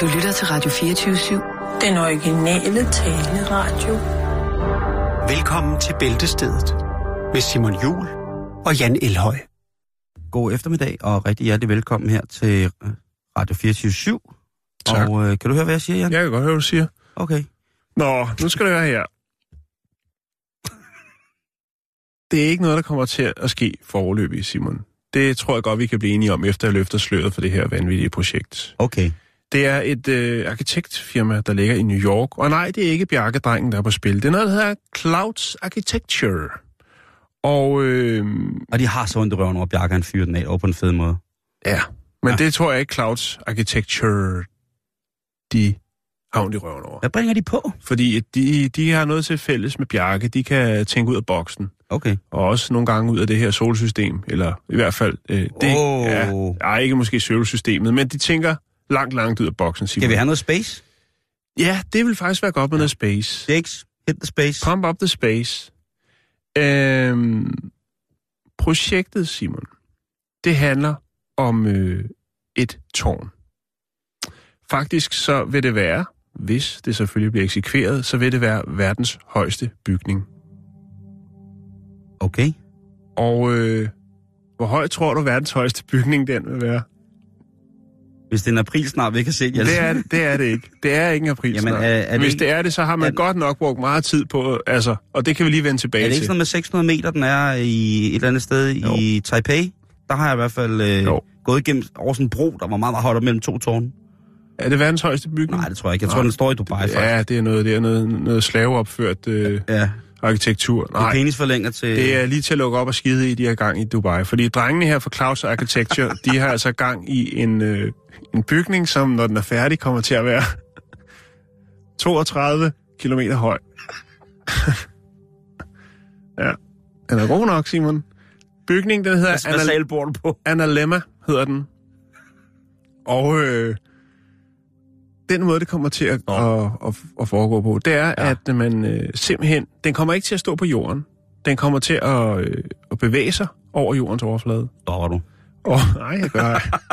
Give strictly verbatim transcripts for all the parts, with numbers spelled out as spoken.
Du lytter til Radio fireogtyve syv. Den originale taleradio. Velkommen til Bæltestedet med Simon Juhl og Jan Elhøj. God eftermiddag og rigtig hjertelig velkommen her til Radio fireogtyve syv. Tak. Og øh, kan du høre, hvad jeg siger, Jan? Jeg kan godt høre, hvad du siger. Okay. Nå, nu skal du høre her. Det er ikke noget, der kommer til at ske foreløbig, Simon. Det tror jeg godt, vi kan blive enige om, efter jeg løfter sløret for det her vanvittige projekt. Okay. Det er et øh, arkitektfirma, der ligger i New York. Og nej, det er ikke Bjarke-drengen, der er på spil. Det er noget, der hedder Clouds Architecture. Og, øh, og de har så ondt i røven over Bjarke, han fyrer den af over på en fed måde. Ja, men ja. Det tror jeg ikke Clouds Architecture, de har ondt i røven over. Hvad bringer de på? Fordi de, de har noget til fælles med Bjarke. De kan tænke ud af boksen. Okay. Og også nogle gange ud af det her solsystem. Eller i hvert fald, øh, det oh. er ja, ikke måske solsystemet, men de tænker langt, langt ud af boksen. Simon. Skal vi have noget space? Ja, det vil faktisk være godt med ja. noget space. Jakes, hit the space. Pump up the space. Øhm, projektet, Simon, det handler om øh, et tårn. Faktisk så vil det være, hvis det selvfølgelig bliver eksekveret, så vil det være verdens højeste bygning. Okay. Og øh, hvor høj tror du verdens højeste bygning den vil være? Hvis det er en april snart, vi kan se. Det er det, det er det ikke. Det er ikke en april snart. Jamen, er, er det Hvis ikke, det er det, så har man er, godt nok brugt meget tid på, altså, og det kan vi lige vende tilbage til. Er det ikke sådan med seks hundrede meter, den er i et eller andet sted jo. i Taipei? Der har jeg i hvert fald øh, gået igennem over sådan en bro, der var meget, meget højt op mellem to tårne. Er det verdens højeste bygning? Nej, det tror jeg ikke. Jeg tror, Nej. den står i Dubai, faktisk. Ja, det er noget, det er noget, noget slaveopført øh, ja. arkitektur. Nej, det er penisforlænger til... Det er lige til at lukke op og skide i, de her gang i Dubai. Fordi drengene her fra Clouds Architecture, de har altså gang i en, øh, en bygning, som når den er færdig, kommer til at være toogtredive kilometer høj. Ja, den er god nok, Simon. Bygningen, den hedder... Hvad sal bor du på? Analemma hedder den. Og... Øh, den måde, det kommer til at, at, at, at foregå på, det er, ja. at man øh, simpelthen... Den kommer ikke til at stå på jorden. Den kommer til at, øh, at bevæge sig over jordens overflade. Stopper du? Oh, nej, jeg gør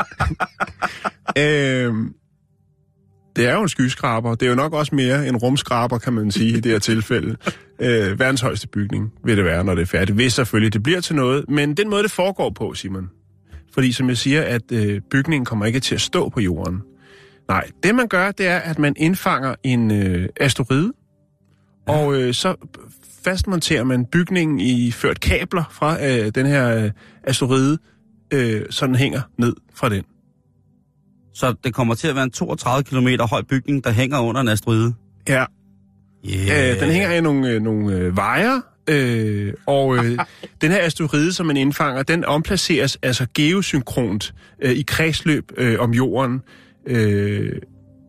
øhm, Det er jo en skyskraber. Det er jo nok også mere en rumskraber, kan man sige, i det her tilfælde. Øh, verdens højeste bygning vil det være, når det er færdigt. Hvis selvfølgelig det bliver til noget. Men den måde, det foregår på, Simon. Fordi som jeg siger, at øh, bygningen kommer ikke til at stå på jorden. Nej, det man gør, det er, at man indfanger en øh, asteroide, ja. og øh, så fastmonterer man bygningen i ført kabler fra øh, den her øh, asteroide, øh, så den hænger ned fra den. Så det kommer til at være en toogtredive kilometer høj bygning, der hænger under en asteroide? Ja. Yeah. Øh, den hænger i nogle, øh, nogle øh, vejer, øh, og øh, den her asteroide, som man indfanger, den omplaceres altså geosynkront øh, i kredsløb øh, om jorden. Øh,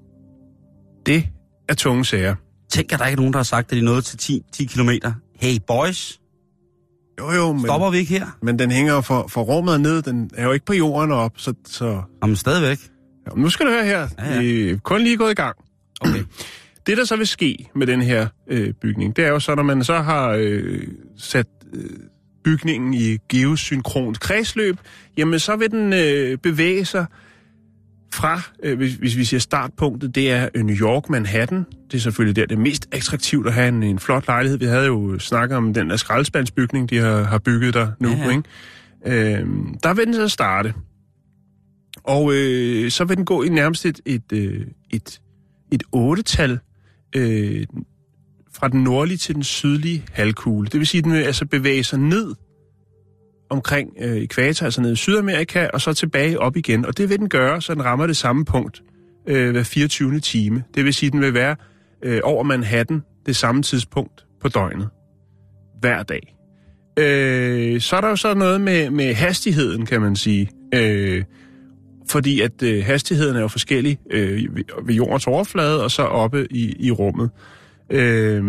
det er tunge sager. Tænk, at der ikke er nogen, der har sagt, at de er nået til ti, ti kilometer. Hey boys, jo, jo, men, stopper vi ikke her? Men den hænger jo for, for rummet ned, den er jo ikke på jorden op, så... så... Jamen stadigvæk. Ja, nu skal du høre her. Ja, ja. Vi er kun lige gået i gang. Okay. Det, der så vil ske med den her øh, bygning, det er jo så, når man så har øh, sat øh, bygningen i geosynkront kredsløb, jamen så vil den øh, bevæge sig fra, øh, hvis, hvis vi siger startpunktet, det er New York, Manhattan. Det er selvfølgelig der, det er mest attraktivt at have en, en flot lejlighed. Vi havde jo snakket om den der skraldespandsbygning, de har, har bygget der nu. Ja, ja. Ikke? Øh, der vil den så starte. Og øh, så vil den gå i nærmest et, et, et, et, et otte-tal øh, fra den nordlige til den sydlige halvkugle. Det vil sige, at den vil altså bevæge sig ned omkring øh, ekvator, altså ned i Sydamerika, og så tilbage op igen. Og det vil den gøre, så den rammer det samme punkt øh, hver fireogtyvende time. Det vil sige, at den vil være øh, over Manhattan det samme tidspunkt på døgnet. Hver dag. Øh, så er der jo så noget med, med hastigheden, kan man sige. Øh, fordi at øh, hastigheden er jo forskellig øh, ved, ved jordens overflade, og så oppe i, i rummet. Øh,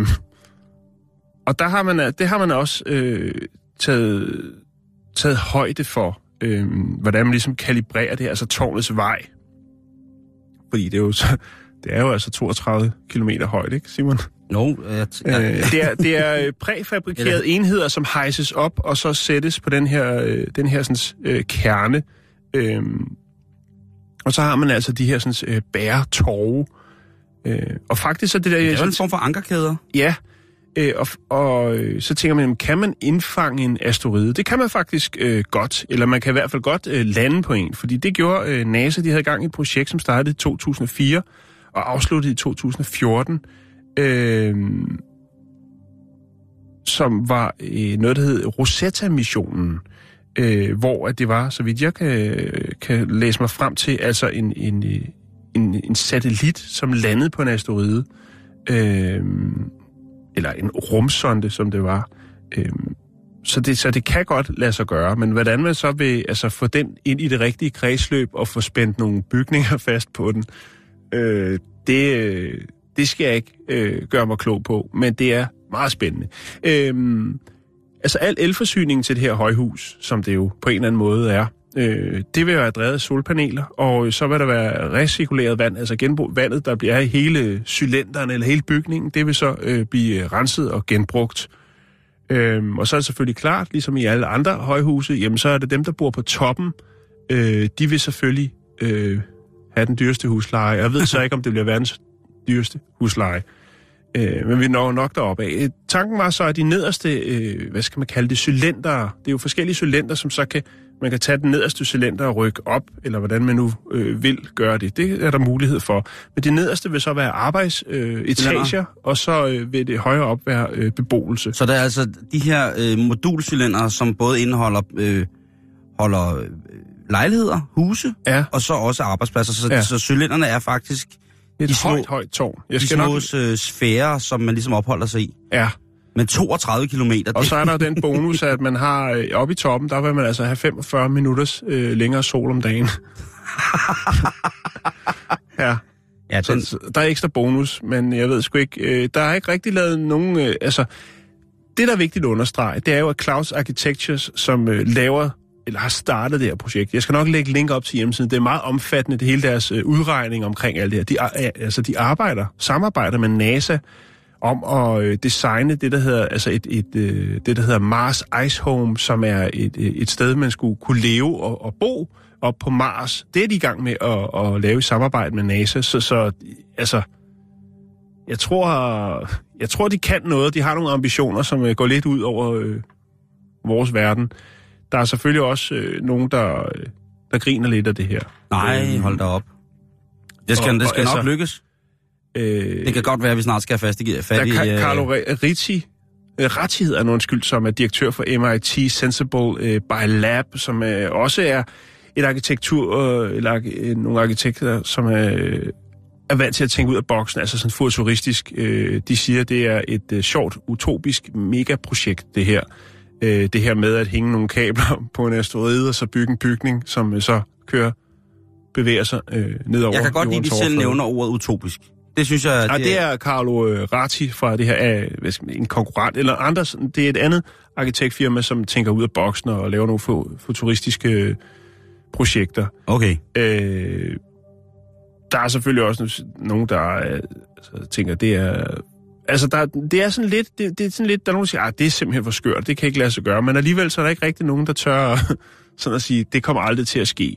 og der har man, det har man også øh, taget... taget højde for, øh, hvordan man ligesom kalibrerer det, altså tårnets vej. Fordi det er jo, så, det er jo altså toogtredive kilometer højt, ikke Simon? No, jeg t- øh, det, er, det er præfabrikerede enheder, som hejses op, og så sættes på den her, øh, den her sådan, øh, kerne. Øh, Og så har man altså de her sådan, øh, bæretorve. Øh, og faktisk så det der... Det er jo en form for ankerkæder. Ja, øh, og, og øh, så tænker man, kan man indfange en asteroide? Det kan man faktisk øh, godt, eller man kan i hvert fald godt øh, lande på en, fordi det gjorde øh, NASA, de havde gang i et projekt, som startede i to tusind og fire og afsluttede i to tusind og fjorten, øh, som var øh, noget, der hed Rosetta-missionen, øh, hvor at det var, så vidt jeg kan, kan læse mig frem til, altså en, en, en, en satellit, som landede på en asteroide, øh, eller en rumsonde, som det var. Øh, så, det, så det kan godt lade sig gøre, men hvordan man så vil altså, få den ind i det rigtige kredsløb og få spændt nogle bygninger fast på den, øh, det, det skal jeg ikke øh, gøre mig klog på, men det er meget spændende. Øh, altså al elforsyningen til det her højhus, som det jo på en eller anden måde er, øh, det vil være drevet af solpaneler, og så vil der være recirkuleret vand, altså genbrug vandet, der bliver i hele cylinderen eller hele bygningen, det vil så øh, blive renset og genbrugt. Øh, og så er det selvfølgelig klart, ligesom i alle andre højhuse, jamen så er det dem, der bor på toppen, øh, de vil selvfølgelig øh, have den dyreste husleje. Jeg ved så ikke, om det bliver verdens dyreste husleje. Øh, men vi når nok deroppe af. Tanken var så, at de nederste, øh, hvad skal man kalde det, cylindere, det er jo forskellige cylinder, som så kan, man kan tage den nederste cylinder og rykke op, eller hvordan man nu øh, vil gøre det. Det er der mulighed for. Men de nederste vil så være arbejdsetager, øh, og så øh, vil det højere op være øh, beboelse. Så der er altså de her øh, modulcylindere, som både indeholder øh, holder, øh, lejligheder, huse, ja. Og så også arbejdspladser. Så, ja. så cylinderne er faktisk et de små, højt, højt tårn. Jeg de skal små nok... øh, sfærer, som man ligesom opholder sig i. Ja. Men toogtredive kilometer... Og så er der den bonus, at man har øh, oppe i toppen, der vil man altså have femogfyrre minutters øh, længere sol om dagen. ja. ja den... Så, der er ekstra bonus, men jeg ved sgu ikke... Øh, der er ikke rigtig lavet nogen... Øh, altså, det, der er vigtigt at understrege, det er jo, at Clouds Architectures, som øh, laver... eller har startet det her projekt. Jeg skal nok lægge link op til hjemmesiden. Det er meget omfattende, det hele deres øh, udregning omkring alt det her. De, altså, de arbejder, samarbejder med NASA om at øh, designe det, der hedder, altså et, et, øh, det, der hedder Mars Ice Home, som er et, et sted, man skulle kunne leve og, og bo op på Mars. Det er de i gang med at, at lave i samarbejde med NASA. Så, så altså, jeg tror, jeg tror, de kan noget. De har nogle ambitioner, som øh, går lidt ud over øh, vores verden. Der er selvfølgelig også øh, nogen, der, øh, der griner lidt af det her. Nej, hold da op. Det skal, og, det skal nok altså, lykkes. Øh, det kan godt være, at vi snart skal have fast i... Fat der i, øh, Carlo Rizzi, øh, Ratti hedder nu undskyld, som er direktør for M I T Sensible øh, by Lab, som øh, også er et arkitektur, øh, eller øh, nogle arkitekter, som øh, er vant til at tænke ud af boksen, altså sådan futuristisk. Øh, de siger, det er et øh, sjovt, utopisk megaprojekt, det her. Øh, det her med at hænge nogle kabler på en asteroide, og så bygge en bygning, som øh, så kører, bevæger sig øh, nedover. Jeg kan godt lide, at de selv nævner ordet utopisk. Det synes jeg... Ja, det, det er Carlo øh, Ratti fra det her, øh, en konkurrent, eller andre, det er et andet arkitektfirma, som tænker ud af boksen og laver nogle futuristiske øh, projekter. Okay. Øh, der er selvfølgelig også nogen, der øh, altså, tænker, det er... Altså, der, det er sådan lidt, det, det er sådan lidt, der er nogen, der siger, ah, det er simpelthen for skørt, det kan ikke lade sig gøre, men alligevel så er der ikke rigtig nogen, der tør sådan at sige, det kommer aldrig til at ske.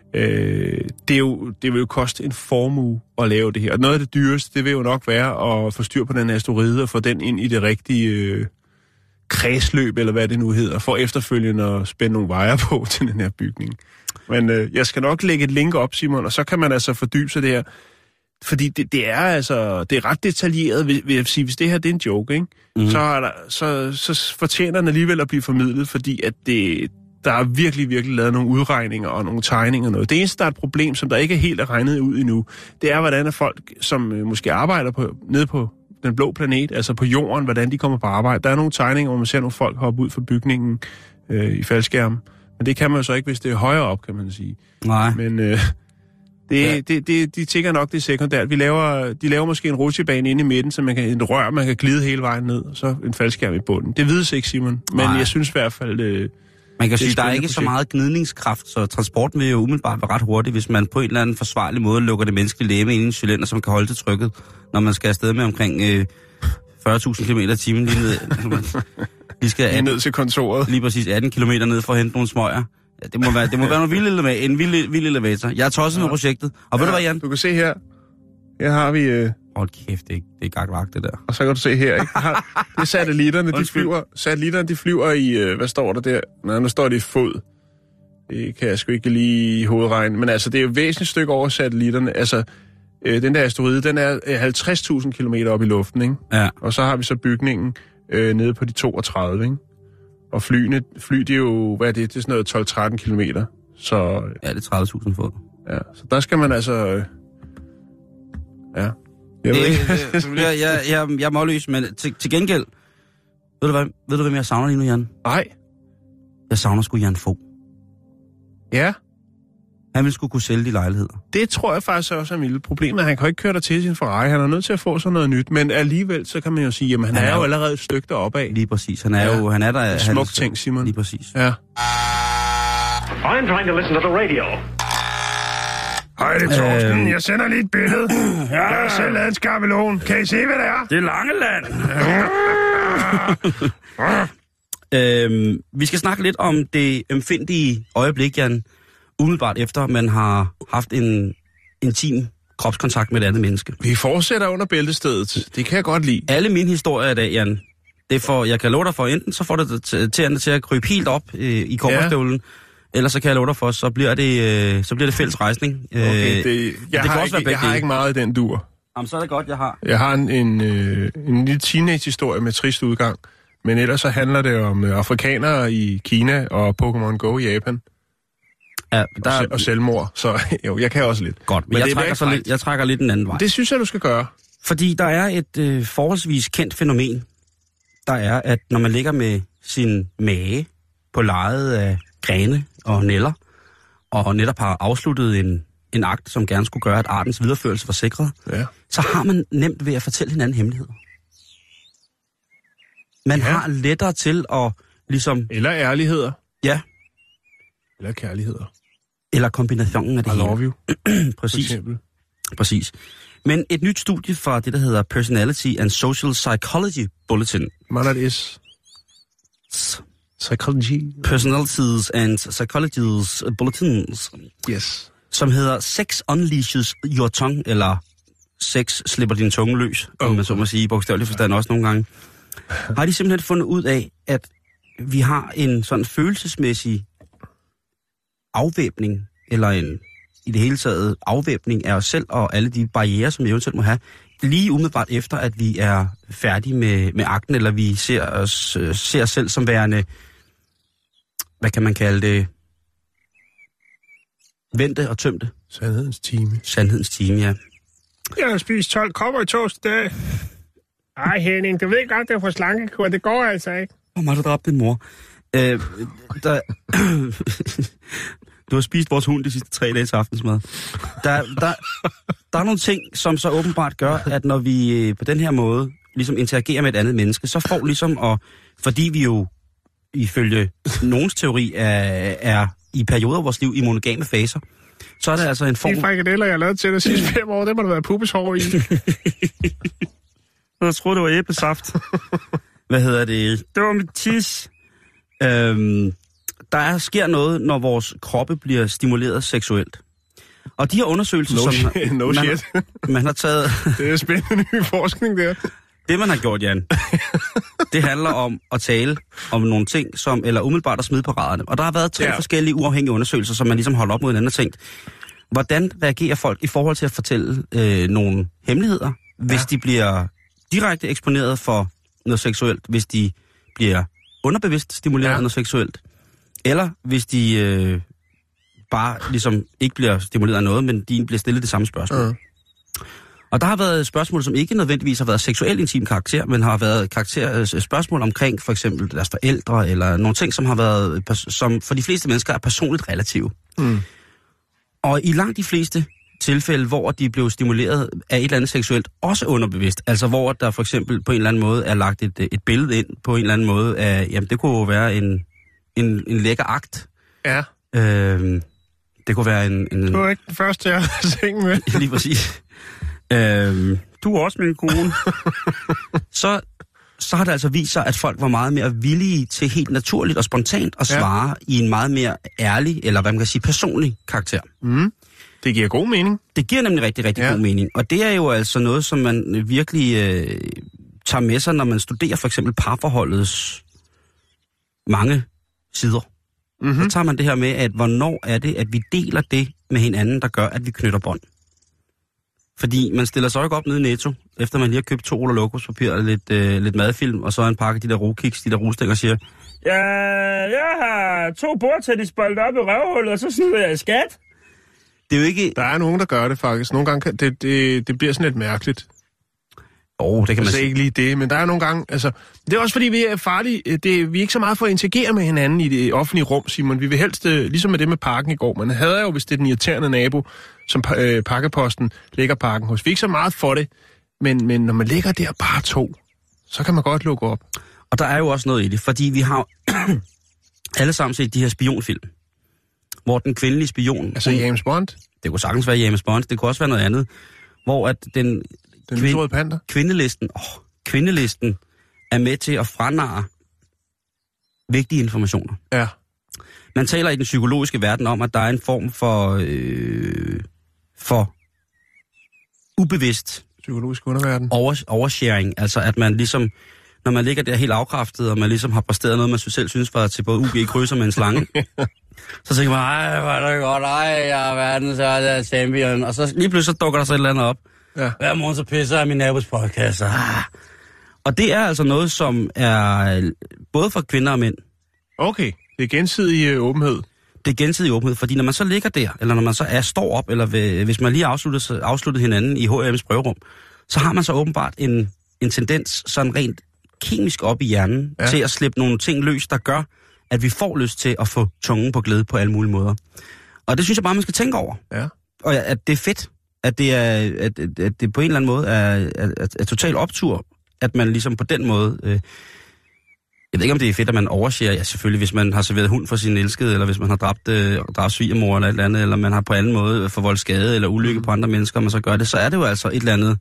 Øh, det, er jo, det vil jo koste en formue at lave det her, og noget af det dyreste, det vil jo nok være at få styr på den asteroide og få den ind i det rigtige øh, kredsløb, eller hvad det nu hedder, for efterfølgende at spænde nogle vejer på til den her bygning. Men øh, jeg skal nok lægge et link op, Simon, og så kan man altså fordybe sig det her. Fordi det, det er altså, det er ret detaljeret, vil, vil jeg sige, hvis det her det er en joke, ikke? Mm. Så, er der, så, så fortjener den alligevel at blive formidlet, fordi at det, der er virkelig, virkelig lavet nogle udregninger og nogle tegninger og noget. Det eneste, der er et problem, som der ikke er helt er regnet ud endnu, det er, hvordan er folk, som øh, måske arbejder på, nede på den blå planet, altså på jorden, hvordan de kommer på arbejde. Der er nogle tegninger, hvor man ser nogle folk hoppe ud fra bygningen øh, i faldskærmen. Men det kan man jo så ikke, hvis det er højere op, kan man sige. Nej. Men... Øh, Det, ja. det, det, de tænker nok, det er sekundært. Vi laver, de laver måske en rutsjebane inde i midten, så man kan en rør, man kan glide hele vejen ned, og så en faldskærm i bunden. Det vides ikke, Simon, men Nej. jeg synes i hvert fald... Det, man kan sige, der er ikke projekt. Så meget gnidningskraft, så transporten vil jo umiddelbart være ret hurtig, hvis man på en eller anden forsvarlig måde lukker det menneskelige læme ind i en cylinder, som kan holde til trykket, når man skal afsted med omkring øh, fyrre tusind kilometer i timen lige ned. lige skal atten, ned til kontoret. Lige præcis atten kilometer ned for at hente nogle smøger. Ja, det må være, det må være noget vild elevator, en vild, vild elevator. Jeg er tosset med projektet. Og ja, ved du hvad, Jan? Du kan se her. Her har vi... Øh... Hold kæft, det er, det er gakvagt, det der. Og så kan du se her, ikke? Har, det er satellitterne, de flyver, satellitterne, de flyver i... Øh, hvad står der der? Nej, nu står det i fod. Det kan jeg sgu ikke lige i hovedregne. Men altså, det er jo et væsentligt stykke over satellitterne. Altså, øh, den der asteroide, den er halvtreds tusind kilometer op i luften, ikke? Ja. Og så har vi så bygningen øh, nede på de toogtredive, ikke? Og flyene, fly, det er jo, hvad er det? Det er sådan noget tolv til tretten kilometer. Så... Ja, det er tredive tusind fod. Ja, så der skal man altså... Øh, ja... Jeg, ved ikke. jeg, jeg, jeg, jeg, jeg er målløs, men til, til gengæld, ved du, hvad, ved du, hvem jeg savner lige nu, Jan? Nej. Jeg savner sgu Jan Fogh. Ja. Han ville sgu kunne sælge de lejligheder. Det tror jeg faktisk også er mit problem, at han kan ikke køre der til sin Ferrari. Han er nødt til at få sådan noget nyt, men alligevel, så kan man jo sige, jamen han, han er, er jo allerede et stykke deroppe af. Lige præcis. Han er ja. jo, han er der... Smuk ting, Simon. Lige præcis. Ja. I'm trying to listen to the radio. Hej, det er Torsten. Øh... Jeg sender lige et billede. Ja. Jeg har selv lavet en skabelon. Kan I se, hvad det er? Det er Langeland. øhm, vi skal snakke lidt om det ømfindige øjeblik, Jan. Umiddelbart efter, man har haft en intim kropskontakt med et andet menneske. Vi fortsætter under bæltestedet. Det kan jeg godt lide. Alle mine historier i dag, Jan, det får, jeg kan love dig for, enten så får det til, til at krybe helt op øh, i kobberstøvlen, ja. Ellers så kan jeg love dig for, så bliver det, øh, så bliver det fælles rejsning. Okay, det, jeg, det har, ikke, jeg har ikke meget i den dur. Jamen, så er det godt, jeg har. Jeg har en, en, øh, en lille teenage-historie med trist udgang, men ellers så handler det om øh, afrikanere i Kina og Pokémon Go i Japan. Ja, der og, og selvmord, så jo, jeg kan også lidt. Godt, men, men jeg, trækker så lidt, jeg trækker lidt den anden vej. Det synes jeg, du skal gøre. Fordi der er et øh, forholdsvis kendt fænomen, der er, at når man ligger med sin mage på lejet af grene og næller, og netop har afsluttet en, en akt, som gerne skulle gøre, at artens videreførelse var sikret, ja. Så har man nemt ved at fortælle hinanden hemmeligheder. Man ja. har lettere til at ligesom... Eller ærligheder. Ja. Eller kærligheder. Eller kombinationen af det I hele. love you. Præcis. Præcis. Men et nyt studie fra det, der hedder Personality and Social Psychology Bulletin. Man er det is. Psychology. Personalities and Psychologies Bulletins. Yes. Som hedder Sex Unleashes Your Tongue, eller Sex slipper din tunge løs, oh. om man så må sige, bogstaveligt forstand også nogle gange. Har de simpelthen fundet ud af, at vi har en sådan følelsesmæssig afvæbning, eller en i det hele taget afvæbning af os selv og alle de barrierer, som vi eventuelt må have, lige umiddelbart efter, at vi er færdige med, med akten, eller vi ser os, ser os selv som værende, hvad kan man kalde det, vente og tømte. Sandhedens time. Sandhedens time, ja. Jeg har spist tolv kopper i toast i dag. Ej, Henning, du ved godt, det er for slankekur. Det går altså ikke. Hvor meget du dræbte din mor. Øh, der, du har spist vores hund de sidste tre dage til aftensmad. Der, der, der er nogle ting, som så åbenbart gør, at når vi på den her måde ligesom interagerer med et andet menneske, så får ligesom, og fordi vi jo ifølge nogens teori er, er i perioder af vores liv i monogame faser, så er der altså en form... De frikadeller, jeg har lavet til de sidste fem år, det må der være pubeshår i. Jeg troede, det var æblesaft. Hvad hedder det? Det var mit tis. Øhm, der er, sker noget, når vores kroppe bliver stimuleret seksuelt. Og de her undersøgelser, no som shit. No man, shit. Har, man har taget... Det er spændende ny forskning, der. Det, man har gjort, Jan, det handler om at tale om nogle ting, som eller umiddelbart at smide på raderne. Og der har været tre ja. forskellige uafhængige undersøgelser, som man ligesom holdt op mod hinanden og tænkt, hvordan reagerer folk i forhold til at fortælle øh, nogle hemmeligheder, hvis ja. de bliver direkte eksponeret for noget seksuelt, hvis de bliver underbevidst stimuleret ja. af noget seksuelt, eller hvis de øh, bare ligesom ikke bliver stimuleret af noget, men de bliver stillet det samme spørgsmål. Mm. Og der har været spørgsmål, som ikke nødvendigvis har været seksuelt intim karakter, men har været karakter, spørgsmål omkring for eksempel deres forældre, eller nogle ting, som har været, som for de fleste mennesker er personligt relative. Mm. Og i langt de fleste tilfælde, hvor de blev stimuleret af et eller andet seksuelt, også underbevidst, altså hvor der for eksempel på en eller anden måde er lagt et, et billede ind på en eller anden måde af, jamen det kunne jo være en, en, en lækker akt. Ja. Øhm, det kunne være en... en du er ikke den første, jeg har sengen med. Lige præcis. Øhm, du er også min kone. Så så har det altså vist sig, at folk var meget mere villige til helt naturligt og spontant at svare ja. i en meget mere ærlig, eller hvad man kan sige, personlig karakter. Mm. Det giver god mening. Det giver nemlig rigtig, rigtig ja. god mening. Og det er jo altså noget, som man virkelig øh, tager med sig, når man studerer for eksempel parforholdets mange sider. Mm-hmm. Så tager man det her med, at hvornår er det, at vi deler det med hinanden, der gør, at vi knytter bånd. Fordi man stiller sig ikke op nede i Netto, efter man lige har købt to ruller lokuspapir og lidt, øh, lidt madfilm, og så en pakke de der rokiks, de der rostænger, og siger, ja, jeg har to bordtennisbolde op i røvhullet, og så snyder jeg i skat. Det er jo ikke... Der er nogen, der gør det faktisk. Nogle gange kan det, det, det bliver sådan lidt mærkeligt. Åh, oh, det kan man sige. Ikke lige det, men der er nogle gange... Altså, det er også fordi, vi er farlige. Det, vi er ikke så meget for at interagere med hinanden i det offentlige rum, Simon. Vi vil helst, ligesom med det med parken i går, man havde jo, hvis det er den irriterende nabo, som øh, pakkeposten lægger parken hos. Vi er ikke så meget for det, men, men når man ligger der bare to, så kan man godt lukke op. Og der er jo også noget i det, fordi vi har alle sammen set de her spionfilm, hvor den kvindelige spion... Altså hun, James Bond? Det kunne sagtens være James Bond, det kunne også være noget andet, hvor at den... Den kvinde, panda? Kvindelisten, åh, kvindelisten er med til at franarre vigtige informationer. Ja. Man taler i den psykologiske verden om, at der er en form for, øh, for ubevidst psykologisk underverden. Over, oversharing. Altså at man ligesom, når man ligger der helt afkræftet, og man ligesom har præsteret noget, man selv synes var til både U G krydser med en slange, så tænker man, ej, hvor er det godt, ej, jeg er verdens er champion. Og så lige pludselig så dukker der så et eller andet op. Ja. Hver morgen så pisser jeg min nabos podcast. Ah. Og det er altså noget, som er både for kvinder og mænd. Okay, det er gensidig øh, åbenhed. Det er gensidig åbenhed, fordi når man så ligger der, eller når man så er står op, eller ved, hvis man lige afslutter afsluttet hinanden i H og M's prøverum, så har man så åbenbart en, en tendens, sådan rent kemisk op i hjernen, ja. til at slippe nogle ting løs, der gør, at vi får lyst til at få tungen på glæde på alle mulige måder. Og det synes jeg bare, man skal tænke over. Ja. Og at det er fedt, at det, er, at, at det på en eller anden måde er, er, er, er total optur, at man ligesom på den måde... Øh, jeg ved ikke, om det er fedt, at man overser, ja selvfølgelig, hvis man har serveret hund for sin elskede, eller hvis man har dræbt, øh, dræbt svigermor eller et eller andet, eller man har på anden måde forvoldt skade eller ulykke på andre mennesker, og man så gør det, så er det jo altså et eller andet,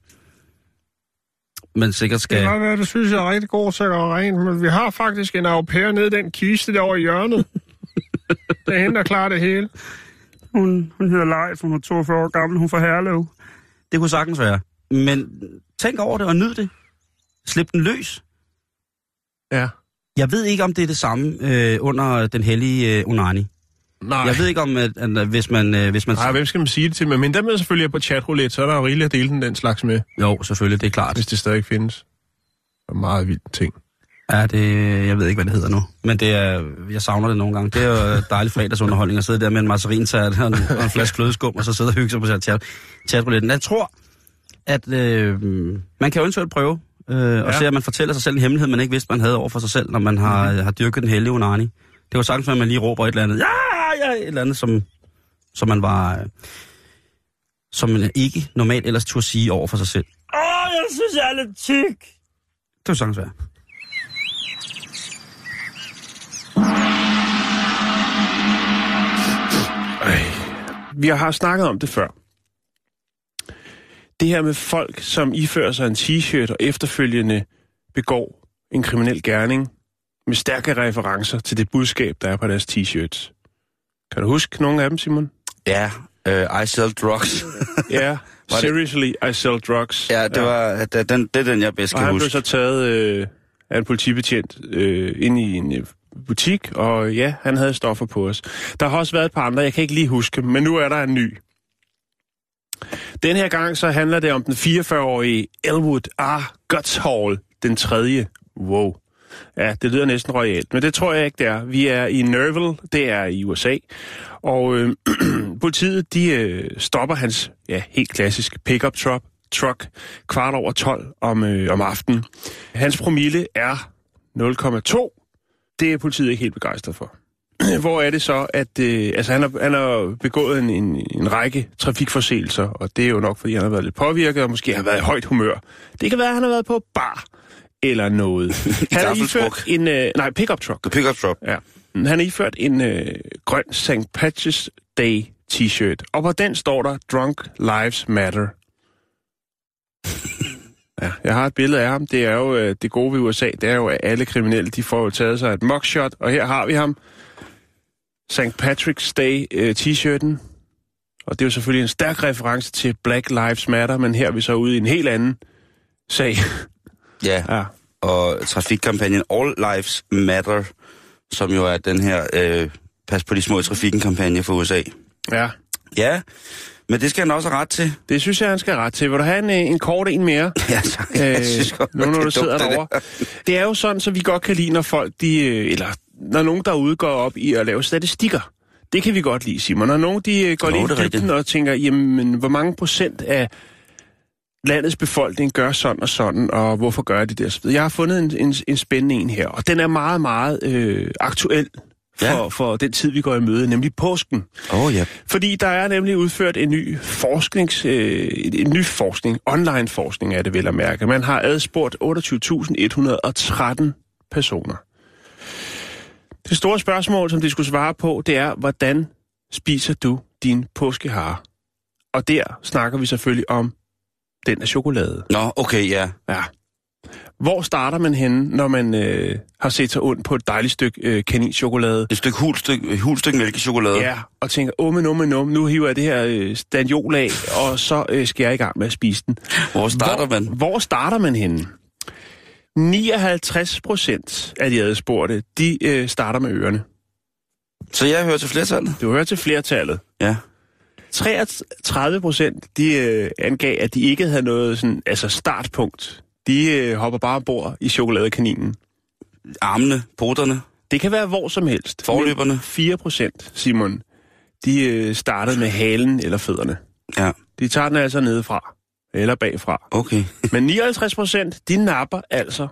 man sikkert skal... Det, være, det synes jeg er rigtig godt til at gøre rent, men vi har faktisk en au pair nede i den kiste derovre i hjørnet. Det er hende, der klarer det hele. Hun, hun hedder Leif, hun er toogfyrre år gammel, hun får Herlev. Det kunne sagtens være. Men tænk over det og nyd det. Slip den løs. Ja. Jeg ved ikke, om det er det samme øh, under den hellige øh, Onani. Nej. Jeg ved ikke, om at, at, at hvis man... Øh, hvis man Nej, hvem skal man sige det til? Men der med selvfølgelig er på chatroulette, så er der jo rigeligt at dele den, den slags med. Jo, selvfølgelig, det er klart. Hvis det stadig findes. Det er meget vildt ting. Ja, det... Jeg ved ikke, hvad det hedder nu. Men det er... Jeg savner det nogle gange. Det er jo dejlig fredagsunderholdning at sidde der med en masserinsat og en, og en flaske flødeskum, og så sidde og hygge sig på chat, chatrouletten. Jeg tror, at øh, man kan eventuelt prøve øh, ja. og se, at man fortæller sig selv en hemmelighed, man ikke vidste, man havde over for sig selv, når man har, mm-hmm. har dyrket den hellige Onani. Det var sagtens, at man lige råber et eller andet, ja, ja, et eller andet, som, som man var, øh, som man ikke normalt ellers turde sige over for sig selv. Åh, oh, jeg synes, jeg er lidt tyk. Det var sagtens være. Vi har snakket om det før. Det her med folk, som ifører sig en t-shirt og efterfølgende begår en kriminel gerning med stærke referencer til det budskab, der er på deres t-shirts. Kan du huske nogle af dem, Simon? Ja, uh, I sell drugs. Ja, seriously, I sell drugs. Ja, det, var, det, den, det er den, jeg bedst kan huske. Og han huske. blev så taget øh, af en politibetjent øh, ind i en øh, butik, og ja, han havde stoffer på os. Der har også været et par andre, jeg kan ikke lige huske, men nu er der en ny. Den her gang så handler det om den fireogfyrre-årige Elwood R. Gottshall, den tredje. Wow. Ja, det lyder næsten royalt, men det tror jeg ikke, det er. Vi er i Nerville, det er i U S A, og øh, politiet, de øh, stopper hans, ja, helt klassisk pickup truck, truck kvart over tolv om, øh, om aftenen. Hans promille er nul komma to. Det er politiet ikke helt begejstret for. Hvor er det så, at øh, altså han, har, han har begået en, en, en række trafikforseelser, og det er jo nok, fordi han har været lidt påvirket, og måske har været i højt humør. Det kan være, at han har været på bar eller noget. Han har iført en... Øh, nej, pickup truck. Pickup truck. Ja. Han har iført en øh, grøn Sankt Patrick's Day t-shirt, og på den står der Drunk Lives Matter. Ja, jeg har et billede af ham. Det er jo det gode ved U S A, det er jo, at alle kriminelle, de får jo taget sig et mugshot, og her har vi ham. Sankt Patrick's Day øh, t-shirten. Og det er jo selvfølgelig en stærk reference til Black Lives Matter, men her er vi så ude i en helt anden sag. Ja, ja. Og trafikkampagnen All Lives Matter, som jo er den her øh, pas på de små i trafikken-kampagne for U S A. Ja. Ja, men det skal han også have ret til. Det synes jeg, han skal have ret til. Vil du have en, en kort en mere? Ja, tak. Jeg øh, synes godt, nu, når du det sidder dumt, derovre. Det. det er jo sådan, så vi godt kan lide, når folk, de, eller når nogen derude går op i at lave statistikker. Det kan vi godt lide, Simon. Når nogen de går lidt i dybden og tænker, jamen, hvor mange procent af landets befolkning gør sådan og sådan, og hvorfor gør de det? Jeg har fundet en, en, en spændende en her, og den er meget, meget øh, aktuel for, ja. for den tid, vi går i møde, nemlig påsken. Oh, ja. Fordi der er nemlig udført en ny forsknings, øh, en ny forskning, online forskning er det vel at mærke. Man har adspurgt otteogtyve tusind et hundrede og tretten personer. Det store spørgsmål, som de skulle svare på, det er, hvordan spiser du din påskehare? Og der snakker vi selvfølgelig om den af chokolade. Nå, okay, ja. Ja. Hvor starter man henne, når man øh, har set sig ondt på et dejligt stykke øh, kaninchokolade? Et stykke hulstykke, hulstykke mælkechokolade. Ja, og tænker, umme, numme, numme, nu hiver jeg det her øh, standjol af, og så øh, skal jeg i gang med at spise den. Hvor starter hvor, man? Hvor starter man henne? nioghalvtreds procent af de adspurgte, de øh, starter med ørerne. Så jeg hører til flertallet? Du hører til flertallet. Ja. treogtredive procent, de øh, angav, at de ikke havde noget sådan, altså startpunkt. De øh, hopper bare ombord i chokoladekaninen. Armene, poterne? Det kan være hvor som helst. Forløberne? fire procent, Simon, de øh, startede med halen eller fødderne. Ja. De tager den altså nedefra. Eller bagfra. Okay. Men nioghalvtreds procent, de napper altså